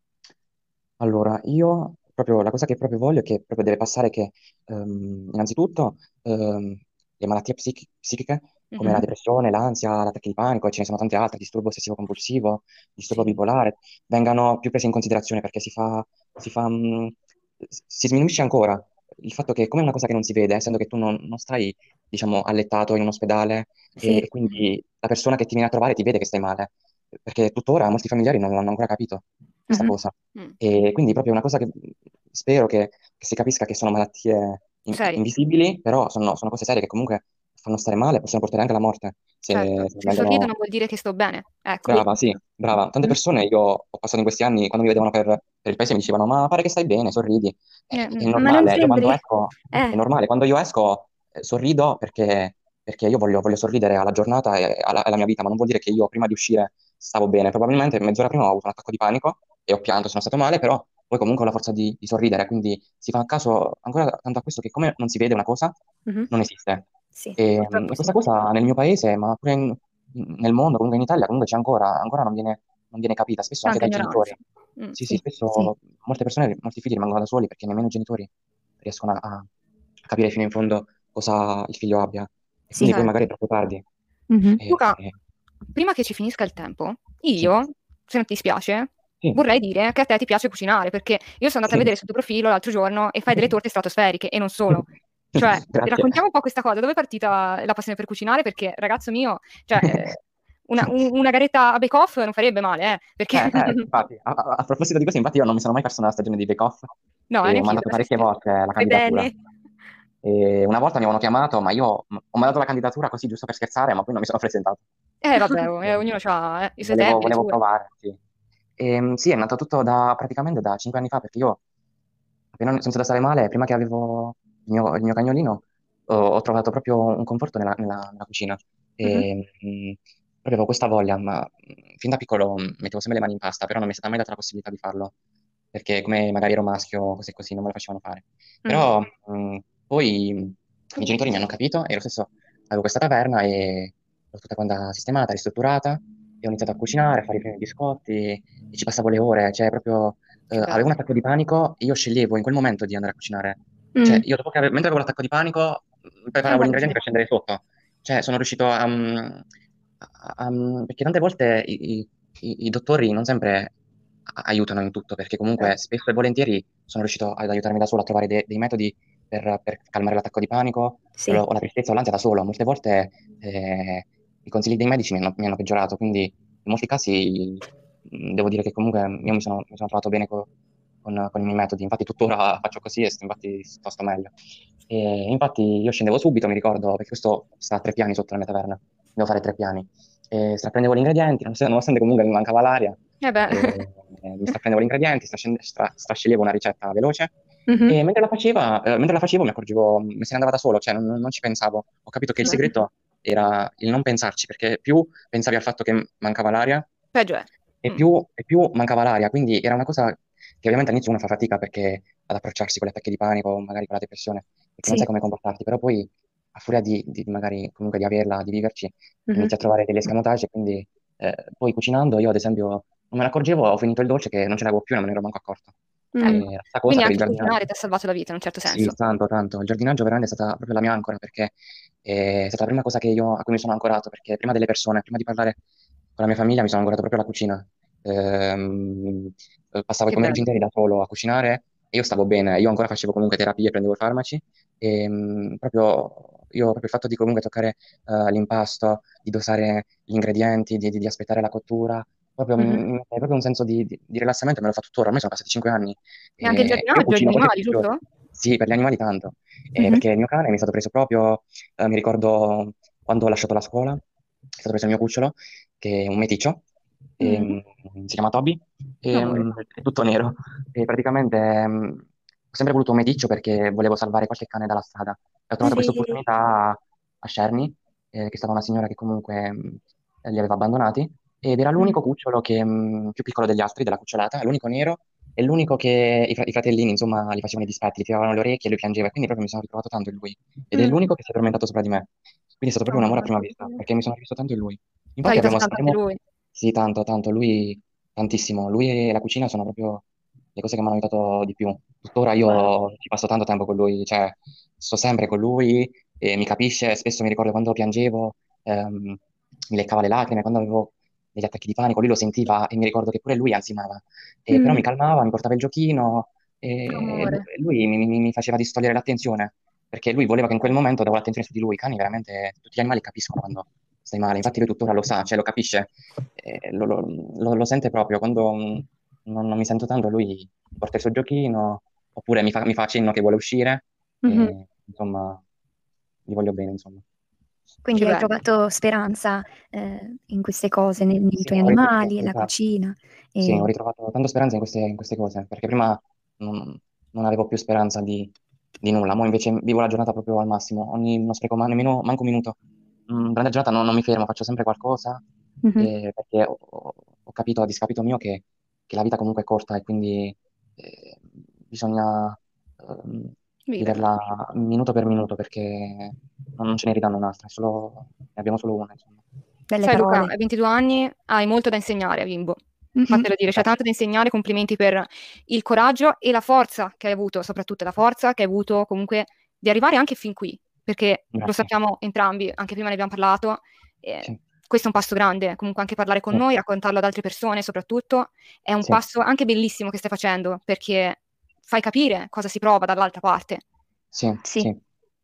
allora, io proprio la cosa che proprio voglio è che proprio deve passare che ehm, innanzitutto ehm, le malattie psichi- psichiche come la Mhm, depressione, l'ansia, l'attacco di panico, e ce ne sono tante altre, disturbo ossessivo compulsivo, disturbo sì, bipolare, vengano più prese in considerazione perché si fa, si fa, mh, si sminuisce ancora il fatto che come è una cosa che non si vede, essendo che tu non, non stai, diciamo, allettato in un ospedale e, Sì. e quindi la persona che ti viene a trovare ti vede che stai male, perché tuttora molti familiari non l'hanno ancora capito questa mhm, cosa. mm, E quindi proprio una cosa che spero che, che si capisca che sono malattie in- serie, invisibili, però sono, sono cose serie che comunque fanno stare male, possono portare anche alla morte certo. se, se Se sorrido vengono... non vuol dire che sto bene, ecco. Sì. Brava, sì, brava. Tante Mm. persone io ho passato in questi anni, quando mi vedevano per, per il paese, mi dicevano, ma pare che stai bene, sorridi. È, Eh, è mm, Ma non normale, io quando sembri? esco, è Eh, normale, quando io esco eh, sorrido perché, perché io voglio, voglio sorridere alla giornata e alla, alla mia vita, ma non vuol dire che io prima di uscire stavo bene. Probabilmente mezz'ora prima ho avuto un attacco di panico e ho pianto, sono stato male, però poi comunque ho la forza di, di sorridere, quindi si fa caso ancora tanto a questo che come non si vede una cosa, mhm. non esiste. Sì, E, mm, purtroppo e sì. questa cosa nel mio paese, ma pure in- nel mondo, comunque in Italia, comunque c'è ancora, ancora non viene, non viene capita, spesso anche tanta dai ignoranza. genitori. Mm, Sì, sì, Sì, sì. spesso molte persone, molti figli rimangono da soli perché nemmeno i genitori riescono a, a capire fino in fondo cosa il figlio abbia. E quindi Sì. poi magari certo. è troppo tardi. Mhm. E- Luca, e- prima che ci finisca il tempo, sì, io, se non ti spiace, sì, vorrei dire che a te ti piace cucinare, perché io sono andata a sì. vedere sul tuo profilo l'altro giorno e fai delle torte stratosferiche e non solo. Cioè, Grazie. raccontiamo un po' questa cosa, dove è partita la passione per cucinare? Perché, ragazzo mio, cioè, eh, una, un- una garetta a Bake Off non farebbe male, eh, perché... Eh, eh, infatti, a, a- a proposito di questo, infatti io non mi sono mai perso nella stagione di Bake Off No, eh, e ho neanche io, mandato devo essere parecchie sincera. volte la Fai candidatura. bene. E una volta mi avevano chiamato, ma io ho mandato la candidatura così giusto per scherzare, ma poi non mi sono presentato. Eh, vabbè, oh, eh, Eh, ognuno ha i suoi volevo, tempi, le volevo sue. provare, sì. E, sì, è nato tutto da, praticamente da cinque anni fa, perché io, appena ho iniziato a stare male, prima che avevo il mio, il mio cagnolino, ho, ho trovato proprio un conforto nella, nella- nella cucina. Mhm. E, mh, proprio avevo questa voglia, ma mh, fin da piccolo mh, mettevo sempre le mani in pasta, però non mi è stata mai data la possibilità di farlo, perché come magari ero maschio, così così, non me lo facevano fare. Mm. Però mh, poi mh, i genitori mi hanno capito e lo stesso avevo questa taverna e l'ho tutta quanta sistemata, ristrutturata e ho iniziato a cucinare, a fare i primi biscotti e ci passavo le ore, cioè proprio eh, Che avevo bello. un attacco di panico e io sceglievo in quel momento di andare a cucinare. Cioè, Mm. io dopo che ave- mentre avevo l'attacco di panico, mh, Sono preparavo gli andato a ingredienti per cucinare. scendere sotto. Cioè, sono riuscito a, mh, a- a- mh, perché tante volte i, i- i- i dottori non sempre a- aiutano in tutto, perché comunque Certo. spesso e volentieri sono riuscito ad aiutarmi da solo a trovare de- dei metodi per, per calmare l'attacco di panico o, Sì. lo- o la tristezza o l'ansia da solo. Molte volte eh, i consigli dei medici mi hanno, mi hanno peggiorato, quindi in molti casi mh, devo dire che comunque io mi sono, mi sono trovato bene co- con, con i miei metodi, infatti tuttora faccio così e sto- infatti sto, sto meglio. E infatti io scendevo subito, mi ricordo, perché questo sta a tre piani sotto la mia taverna, devo fare tre piani. E straprendevo gli ingredienti, nonostante nonostante comunque mi mancava l'aria, Eh beh. e, e mi straprendevo gli ingredienti, strascende- stra- strasceglievo una ricetta veloce Mhm. e mentre la faceva, eh, mentre la facevo mi accorgevo, mi se ne andava da solo, cioè non, non ci pensavo. Ho capito che il Mm. segreto era il non pensarci, perché più pensavi al fatto che mancava l'aria, Peggio è. e Mm. più, e più mancava l'aria, quindi era una cosa che ovviamente all'inizio uno fa fatica perché ad approcciarsi con gli attacchi di panico, magari con la depressione, perché non sai Sì. come comportarti, però poi a furia di, di- magari comunque di averla, di viverci, Mhm. inizi a trovare degli escamotage, e quindi eh, poi cucinando io ad esempio non me ne accorgevo, ho finito il dolce che non ce l'avevo più e non me ne ero manco accorto. Eh, Mm. E la stessa cosa quindi per il anche giardinaggio. cucinare ti ha salvato la vita in un certo Sì, senso. tanto, tanto. Il giardinaggio veramente è stata proprio la mia ancora, perché è stata la prima cosa che io, a cui mi sono ancorato, perché prima delle persone, prima di parlare con la mia famiglia, mi sono ancorato proprio alla cucina. Ehm, eh, passavo i Che pomeriggi bello. interi da solo a cucinare e io stavo bene. Io ancora facevo comunque terapie, prendevo farmaci e mm, proprio, io, proprio il fatto di comunque toccare eh, l'impasto, di dosare gli ingredienti, di, di- di aspettare la cottura, proprio, mi, Mhm. mi mette proprio un senso di, di- di rilassamento e me lo fa tuttora. Ormai sono passati cinque anni E anche il e io giardinaggio, gli cucino quasi animali, tutti i giorni. giusto? Sì, per gli animali tanto. Eh, Mhm. perché il mio cane mi è stato preso proprio, eh, mi ricordo quando ho lasciato la scuola, è stato preso il mio cucciolo, che è un meticcio, Mm. ehm, si chiama Toby, Amore. ehm, è tutto nero. E praticamente ehm, ho sempre voluto un meticcio perché volevo salvare qualche cane dalla strada. E ho trovato questa Sì. opportunità a, a Sherny, eh, che è stata una signora che comunque mh, li aveva abbandonati, ed era Mm. l'unico cucciolo che, mh, più piccolo degli altri, della cucciolata, l'unico nero, e l'unico che i, fra- i fratellini, insomma, gli facevano i dispetti, gli tiravano le orecchie e lui piangeva, e quindi proprio mi sono ritrovato tanto in lui. Ed è Mm. l'unico che si è addormentato sopra di me. Quindi è stato proprio un amore a Oh, prima che vista, bello. perché mi sono rivisto tanto in lui. Ti ha Infatti aiutato abbiamo, tanto anche abbiamo- lui. sì, tanto, tanto, lui tantissimo. Lui e la cucina sono proprio le cose che mi hanno aiutato di più. Tuttora Bello. io ci passo tanto tempo con lui, cioè sto sempre con lui e mi capisce, spesso mi ricordo quando piangevo, ehm, mi leccava le lacrime, quando avevo degli attacchi di panico, lui lo sentiva e mi ricordo che pure lui ansimava, e però Mm. mi calmava, mi portava il giochino e, Amore. e lui mi, mi- mi faceva distogliere l'attenzione, perché lui voleva che in quel momento davo l'attenzione su di lui. I cani veramente, tutti gli animali capiscono quando stai male, infatti lui tuttora lo sa, cioè lo capisce, eh, lo, lo- lo- lo sente proprio, quando mm, non, non mi sento tanto lui porta il suo giochino, oppure mi fa, mi fa cenno che vuole uscire, Mhm. e insomma, gli voglio bene, insomma. Quindi Che hai bello. trovato speranza eh, in queste cose, nei, nei Sì, tuoi ho rit- sì, animali, nella esatto. cucina. Sì, ho E... ritrovato tanta speranza in queste, in queste cose, perché prima non, non avevo più speranza di, di nulla, ora invece vivo la giornata proprio al massimo, ogni, non spreco ma- nemmeno manco un minuto. Mm, durante la giornata non, non mi fermo, faccio sempre qualcosa, Mhm. eh, perché ho, ho- ho capito a discapito mio che, che la vita comunque è corta e quindi eh, bisogna ehm, Viverla. viverla minuto per minuto, perché non ce ne ridanno un'altra, è solo- ne abbiamo solo una, insomma. Belle Sai Luca, parole. hai ventidue anni, hai molto da insegnare a bimbo. Mhm. Fatelo dire, c'è Grazie. tanto da insegnare, complimenti per il coraggio e la forza che hai avuto, soprattutto la forza che hai avuto comunque di arrivare anche fin qui, perché lo Grazie. sappiamo entrambi, anche prima ne abbiamo parlato, eh, Sì, questo è un passo grande, comunque anche parlare con sì, noi, raccontarlo ad altre persone soprattutto, è un sì, passo anche bellissimo che stai facendo, perché fai capire cosa si prova dall'altra parte. sì, Sì. sì.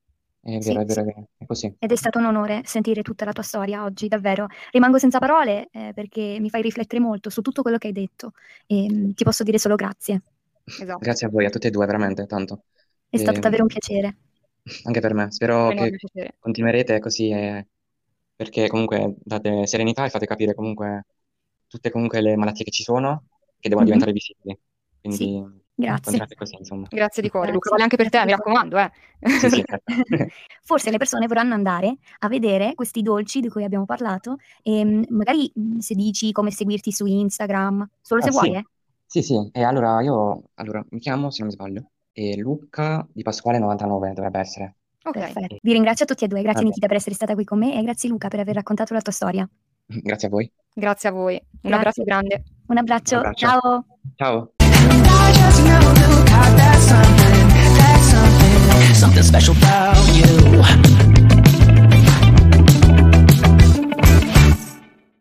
È Sì, vero, è sì. vero, è vero, è così. Ed è stato un onore sentire tutta la tua storia oggi, davvero. Rimango senza parole eh, perché mi fai riflettere molto su tutto quello che hai detto e mm, ti posso dire solo grazie. Esatto, Grazie a voi, a tutti e due, veramente, tanto. È stato davvero un Ehm, piacere. Anche per me. un Spero enorme che piacere. continuerete così, eh, perché comunque date serenità e fate capire comunque tutte comunque le malattie che ci sono, che devono Mhm. diventare visibili. Sì, Quindi grazie. continuate così, insomma. Grazie di cuore, Luca. Grazie, Vale anche per te, grazie mi di cuore. raccomando, eh. Sì, sì, certo. Forse le persone vorranno andare a vedere questi dolci di cui abbiamo parlato e mm, magari mm, se dici come seguirti su Instagram, solo Ah, se vuoi, sì, eh. sì, sì. E allora io, allora, mi chiamo, se non mi sbaglio, e Luca di Pasquale novantanove dovrebbe essere. Ok, Perfetto. E- Vi ringrazio a tutti e due, grazie vabbè. Nikita per essere stata qui con me e grazie Luca per aver raccontato la tua storia. Grazie a voi. grazie a voi. Un abbraccio Grazie. grande. Un Un abbraccio, abbraccio. ciao! Ciao. And I just know, Luke, how there's something, there's something, something special about you.